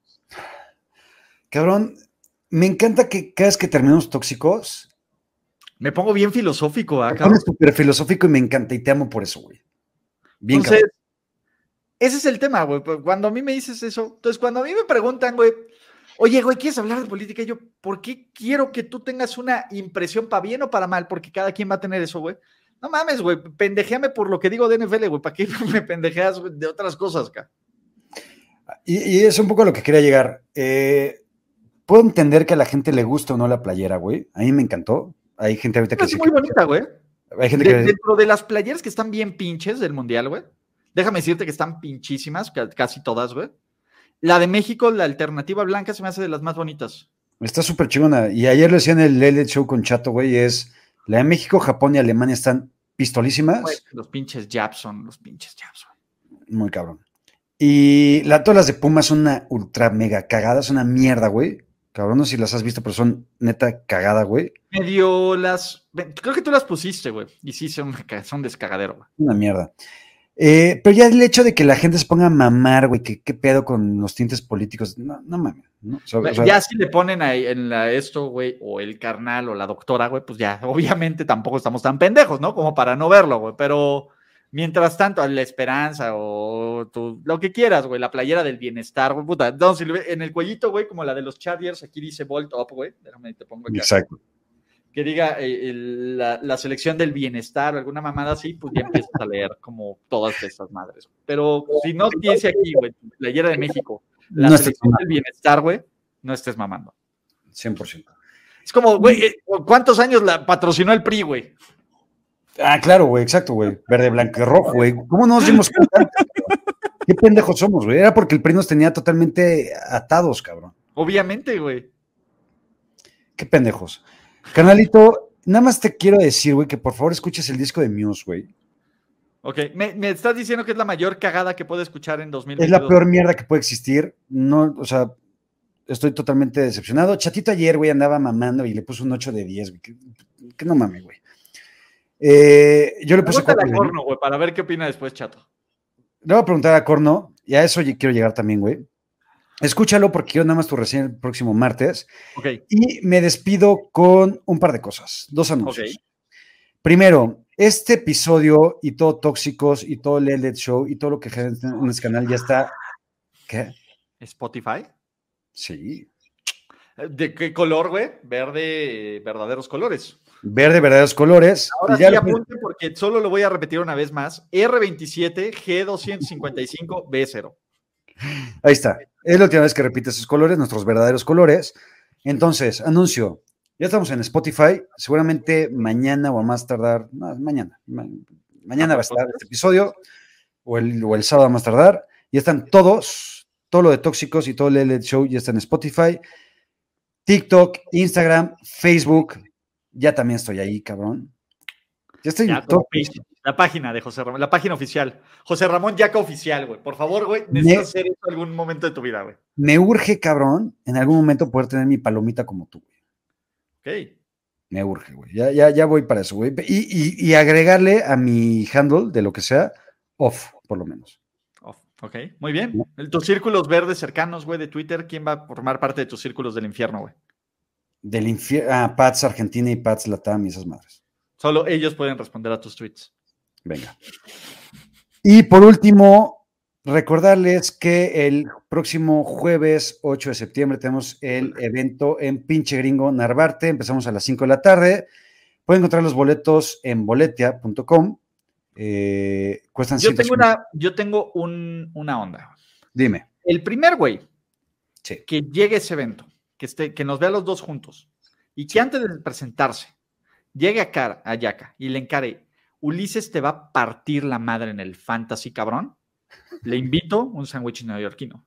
Cabrón, me encanta que cada vez que terminamos Tóxicos, me pongo bien filosófico, ¿ah, cabrón? Me pones súper filosófico y me encanta y te amo por eso, güey. Bien, entonces, cabrón. Ese es el tema, güey. Cuando a mí me dices eso, entonces cuando a mí me preguntan, güey, oye, güey, ¿quieres hablar de política? Y yo, ¿por qué quiero que tú tengas una impresión para bien o para mal? Porque cada quien va a tener eso, güey. No mames, güey, pendejéame por lo que digo de N F L, güey. ¿Para qué me pendejeas de otras cosas, acá? Y, y es un poco a lo que quería llegar. Eh, puedo entender que a la gente le gusta o no la playera, güey. A mí me encantó. Hay gente ahorita que es se... muy bonita, güey. Hay gente de, que... Dentro de las playeras que están bien pinches del Mundial, güey. Déjame decirte que están pinchísimas, casi todas, güey. La de México, la alternativa blanca, se me hace de las más bonitas. Está súper chingona. Y ayer lo decía en el L Show con Chato, güey, es la de México, Japón y Alemania están pistolísimas. Güey, los pinches Japs son los pinches Japs, güey. Muy cabrón. Y la, todas las de Puma son una ultra mega cagada, son una mierda, güey. Cabrón, no sé si las has visto, pero son neta cagada, güey. Medio las... Creo que tú las pusiste, güey. Y sí, son, son descagadero, güey. Una mierda. Eh, pero ya el hecho de que la gente se ponga a mamar, güey, que qué pedo con los tintes políticos, no, no mames. ¿no? O sea, ya o sea, si le ponen ahí en la esto, güey, o el carnal o la doctora, güey, pues ya, obviamente tampoco estamos tan pendejos, ¿no? Como para no verlo, güey. Pero mientras tanto, la esperanza o tu, lo que quieras, güey, la playera del bienestar, güey, puta. No, si en el cuellito, güey, como la de los Chargers, aquí dice Bolt Up, güey. Déjame, te pongo acá. Exacto. Que diga eh, el, la, la selección del bienestar o alguna mamada así, pues ya empiezas a leer como todas estas madres. Pero si no dice aquí, güey, la playera de México, la no selección del bienestar, güey, no estés mamando. cien por ciento. Es como, güey, ¿cuántos años la patrocinó el P R I, güey? Ah, claro, güey, exacto, güey. Verde, blanco y rojo, güey. ¿Cómo no nos dimos cuenta antes, cabrón? Qué pendejos somos, güey. Era porque el P R I nos tenía totalmente atados, cabrón. Obviamente, güey. Qué pendejos. Canalito, nada más te quiero decir, güey, que por favor escuches el disco de Muse, güey. Ok, me, me estás diciendo que es la mayor cagada que puedo escuchar en dos mil Es veintidós. la peor mierda que puede existir. No, o sea, estoy totalmente decepcionado. Chatito ayer, güey, andaba mamando y le puso un ocho de diez, güey. Que, que no mames, güey. Eh, yo le puse Pregúntale cuatro. a Corno, güey, para ver qué opina después, chato. Le voy a preguntar a Corno, y a eso quiero llegar también, güey. Escúchalo porque quiero nada más tu reseña el próximo martes. Ok. Y me despido con un par de cosas, dos anuncios. Ok. Primero, este episodio y todo Tóxicos y todo el L E D Show y todo lo que genera en este canal ya está. ¿Qué? ¿Spotify? Sí. ¿De qué color, güey? Verde, eh, verdaderos colores. Verde, verdaderos colores. Ahora ya sí lo- apunte porque solo lo voy a repetir una vez más. R veintisiete G doscientos cincuenta y cinco B cero. Ahí está. Es la última vez que repite esos colores, nuestros verdaderos colores. Entonces, anuncio. Ya estamos en Spotify. Seguramente mañana o a más tardar. No, mañana. ma- mañana va a estar este episodio. O el, o el sábado a más tardar. Ya están todos. Todo lo de Tóxicos y todo el L E D Show ya está en Spotify. TikTok, Instagram, Facebook. Ya también estoy ahí, cabrón. Ya estoy Ya, en todo. la página de José Ramón, la página oficial. José Ramón Yaca oficial, güey. Por favor, güey, Me- necesitas hacer eso en algún momento de tu vida, güey. Me urge, cabrón, en algún momento poder tener mi palomita como tú, güey. Ok. Me urge, güey. Ya, ya, ya voy para eso, güey. Y, y, y agregarle a mi handle, de lo que sea, off, por lo menos. Oh, ok, muy bien. El- Tus círculos verdes cercanos, güey, de Twitter, ¿quién va a formar parte de tus círculos del infierno, güey? Del infierno. Ah, Pats Argentina y Pats Latam y esas madres. Solo ellos pueden responder a tus tweets. Venga. Y por último, recordarles que el próximo jueves ocho de septiembre tenemos el evento en Pinche Gringo Narvarte. Empezamos a las cinco de la tarde. Pueden encontrar los boletos en boletia punto com. Eh, cuestan Yo ciento tengo, cincuenta. una, yo tengo un, una onda. Dime. El primer güey Sí. que llegue a ese evento, que, esté, que nos vea los dos juntos, y que Sí. antes de presentarse, llegue acá, a Yaca y le encare, Ulises te va a partir la madre en el fantasy, cabrón. Le invito un sándwich neoyorquino.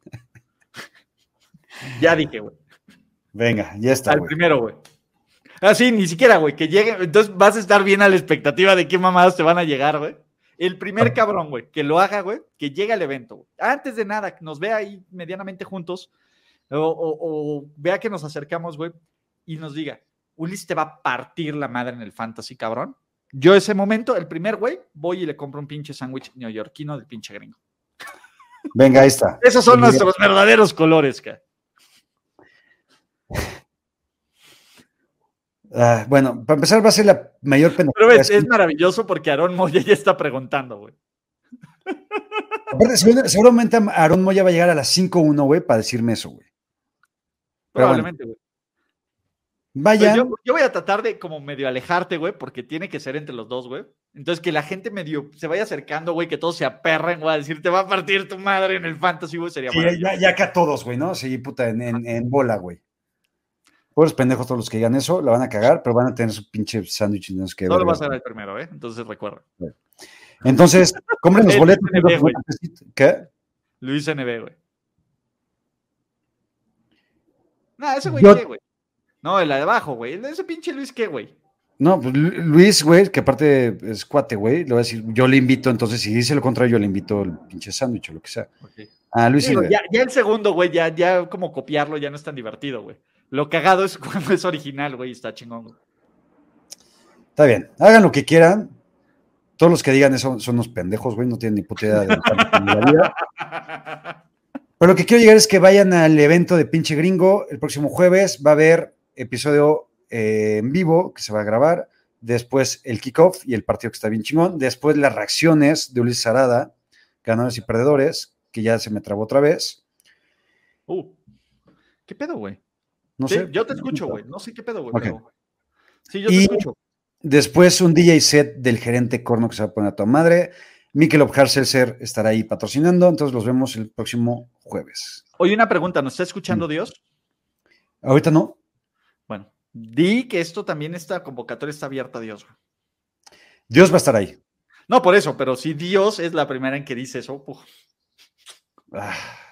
Ya dije, güey. Venga, ya está, Al güey. primero, güey. Así, ni siquiera, güey, que llegue. Entonces vas a estar bien a la expectativa de qué mamadas te van a llegar, güey. El primer cabrón, güey, que lo haga, güey, que llegue al evento, güey. Antes de nada, que nos vea ahí medianamente juntos, o, o, o vea que nos acercamos, güey, y nos diga, Ulises te va a partir la madre en el fantasy, cabrón. Yo ese momento, el primer güey, voy y le compro un pinche sándwich neoyorquino del pinche gringo. Venga, ahí está. Esos son Venga. nuestros verdaderos colores, cara. Ah, bueno, para empezar va a ser la mayor pena. Pero ves, es maravilloso porque Aarón Moya ya está preguntando, güey. Aparte, seguro- seguramente Aarón Moya va a llegar a las cinco uno, güey, para decirme eso, güey. Pero Probablemente, güey. Vayan. Yo, yo voy a tratar de como medio alejarte, güey, porque tiene que ser entre los dos, güey. Entonces que la gente medio se vaya acercando, güey, que todos se aperren, güey, a decir, te va a partir tu madre en el fantasy, güey, sería Sí, maravilloso. ya, ya acá todos, güey, ¿no? Sí, puta, en, en, en bola, güey. Pobres pendejos todos los que digan eso, la van a cagar, pero van a tener su pinche sándwich. No sé qué, Solo verga. va a ser el primero, ¿eh? Entonces recuerda. Entonces, compren los El boletos. N B, güey. ¿Qué? Luis N B, güey. No, ese güey Yo- qué, güey. No, el de abajo, güey. Ese pinche Luis qué, güey. No, pues Lu- Luis, güey, que aparte es cuate, güey, le voy a decir, yo le invito, entonces si dice lo contrario, yo le invito el pinche sándwich o lo que sea. Okay. Ah, Luis Digo, Silver. ya, ya el segundo, güey, ya, ya como copiarlo ya no es tan divertido, güey. Lo cagado es cuando es original, güey, y está chingón, güey. Está bien, hagan lo que quieran. Todos los que digan eso son unos pendejos, güey, no tienen ni puta idea de la vida. Pero lo que quiero llegar es que vayan al evento de pinche gringo. El próximo jueves va a haber episodio eh, en vivo que se va a grabar. Después el kickoff y el partido que está bien chingón. Después las reacciones de Ulises Arada, ganadores y perdedores, que ya se me trabó otra vez. Uh, ¿qué pedo, güey? No Sí, sé. yo te escucho, güey. No sé qué pedo, güey, Ok. pero... Sí, yo te Y escucho. después un D J set del gerente Corno que se va a poner a tu madre. Michelob Hard Seltzer estará ahí patrocinando. Entonces los vemos el próximo jueves. Oye, una pregunta. ¿Nos está escuchando Mm. Dios? Ahorita no. Bueno, di que esto también, esta convocatoria está abierta a Dios, güey. Dios va a estar ahí. No, por eso, pero si Dios es la primera en que dice eso, puf. Ah.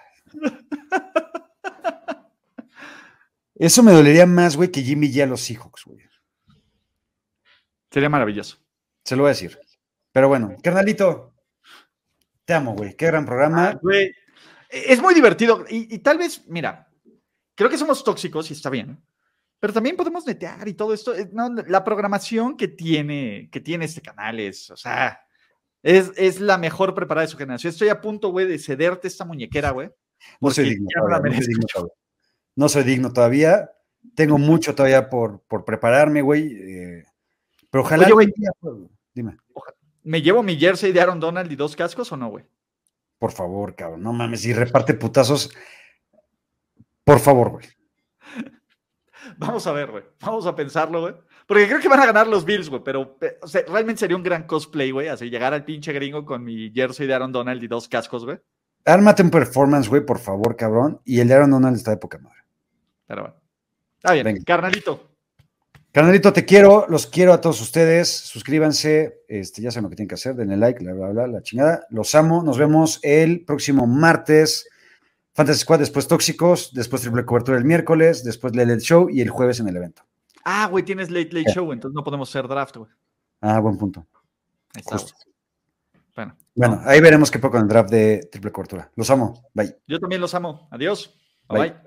Eso me dolería más, güey, que Jimmy G a los Seahawks, güey. Sería maravilloso. Se lo voy a decir. Pero bueno, carnalito, te amo, güey. Qué gran programa. Ah, güey. Es muy divertido. Y, y tal vez, mira, creo que somos tóxicos y está bien. Pero también podemos netear y todo esto. No, la programación que tiene, que tiene este canal es, o sea, es, es la mejor preparada de su generación. Estoy a punto, güey, de cederte esta muñequera, güey. No soy digno ya no la todavía, no soy merezco digno yo. todavía. No soy digno todavía. Tengo mucho todavía por, por prepararme, güey. Eh, pero ojalá Oye, algún güey, día, pues, dime. ¿me llevo mi jersey de Aaron Donald y dos cascos o no, güey? Por favor, cabrón. No mames, si reparte putazos. Por favor, güey. Vamos a ver, güey. Vamos a pensarlo, güey. Porque creo que van a ganar los Bills, güey. Pero o sea, realmente sería un gran cosplay, güey. Así llegar al pinche gringo con mi jersey de Aaron Donald y dos cascos, güey. Ármate un performance, güey, por favor, cabrón. Y el de Aaron Donald está de poca madre. Pero bueno. Está bien. Venga. Carnalito. Carnalito, te quiero, los quiero a todos ustedes. Suscríbanse, este, ya saben lo que tienen que hacer, denle like, bla, bla, bla, la chingada. Los amo. Nos vemos el próximo martes. Fantasy Squad, después Tóxicos, después Triple Cobertura el miércoles, después Late Late Show y el jueves en el evento. Ah, güey, tienes Late Late ¿Qué? Show, entonces no podemos hacer draft, güey. Ah, buen punto. Ahí está, Justo. güey. Bueno. Bueno, No. ahí veremos qué poco con el draft de Triple Cobertura. Los amo. Bye. Yo también los amo. Adiós. Bye Bye. bye.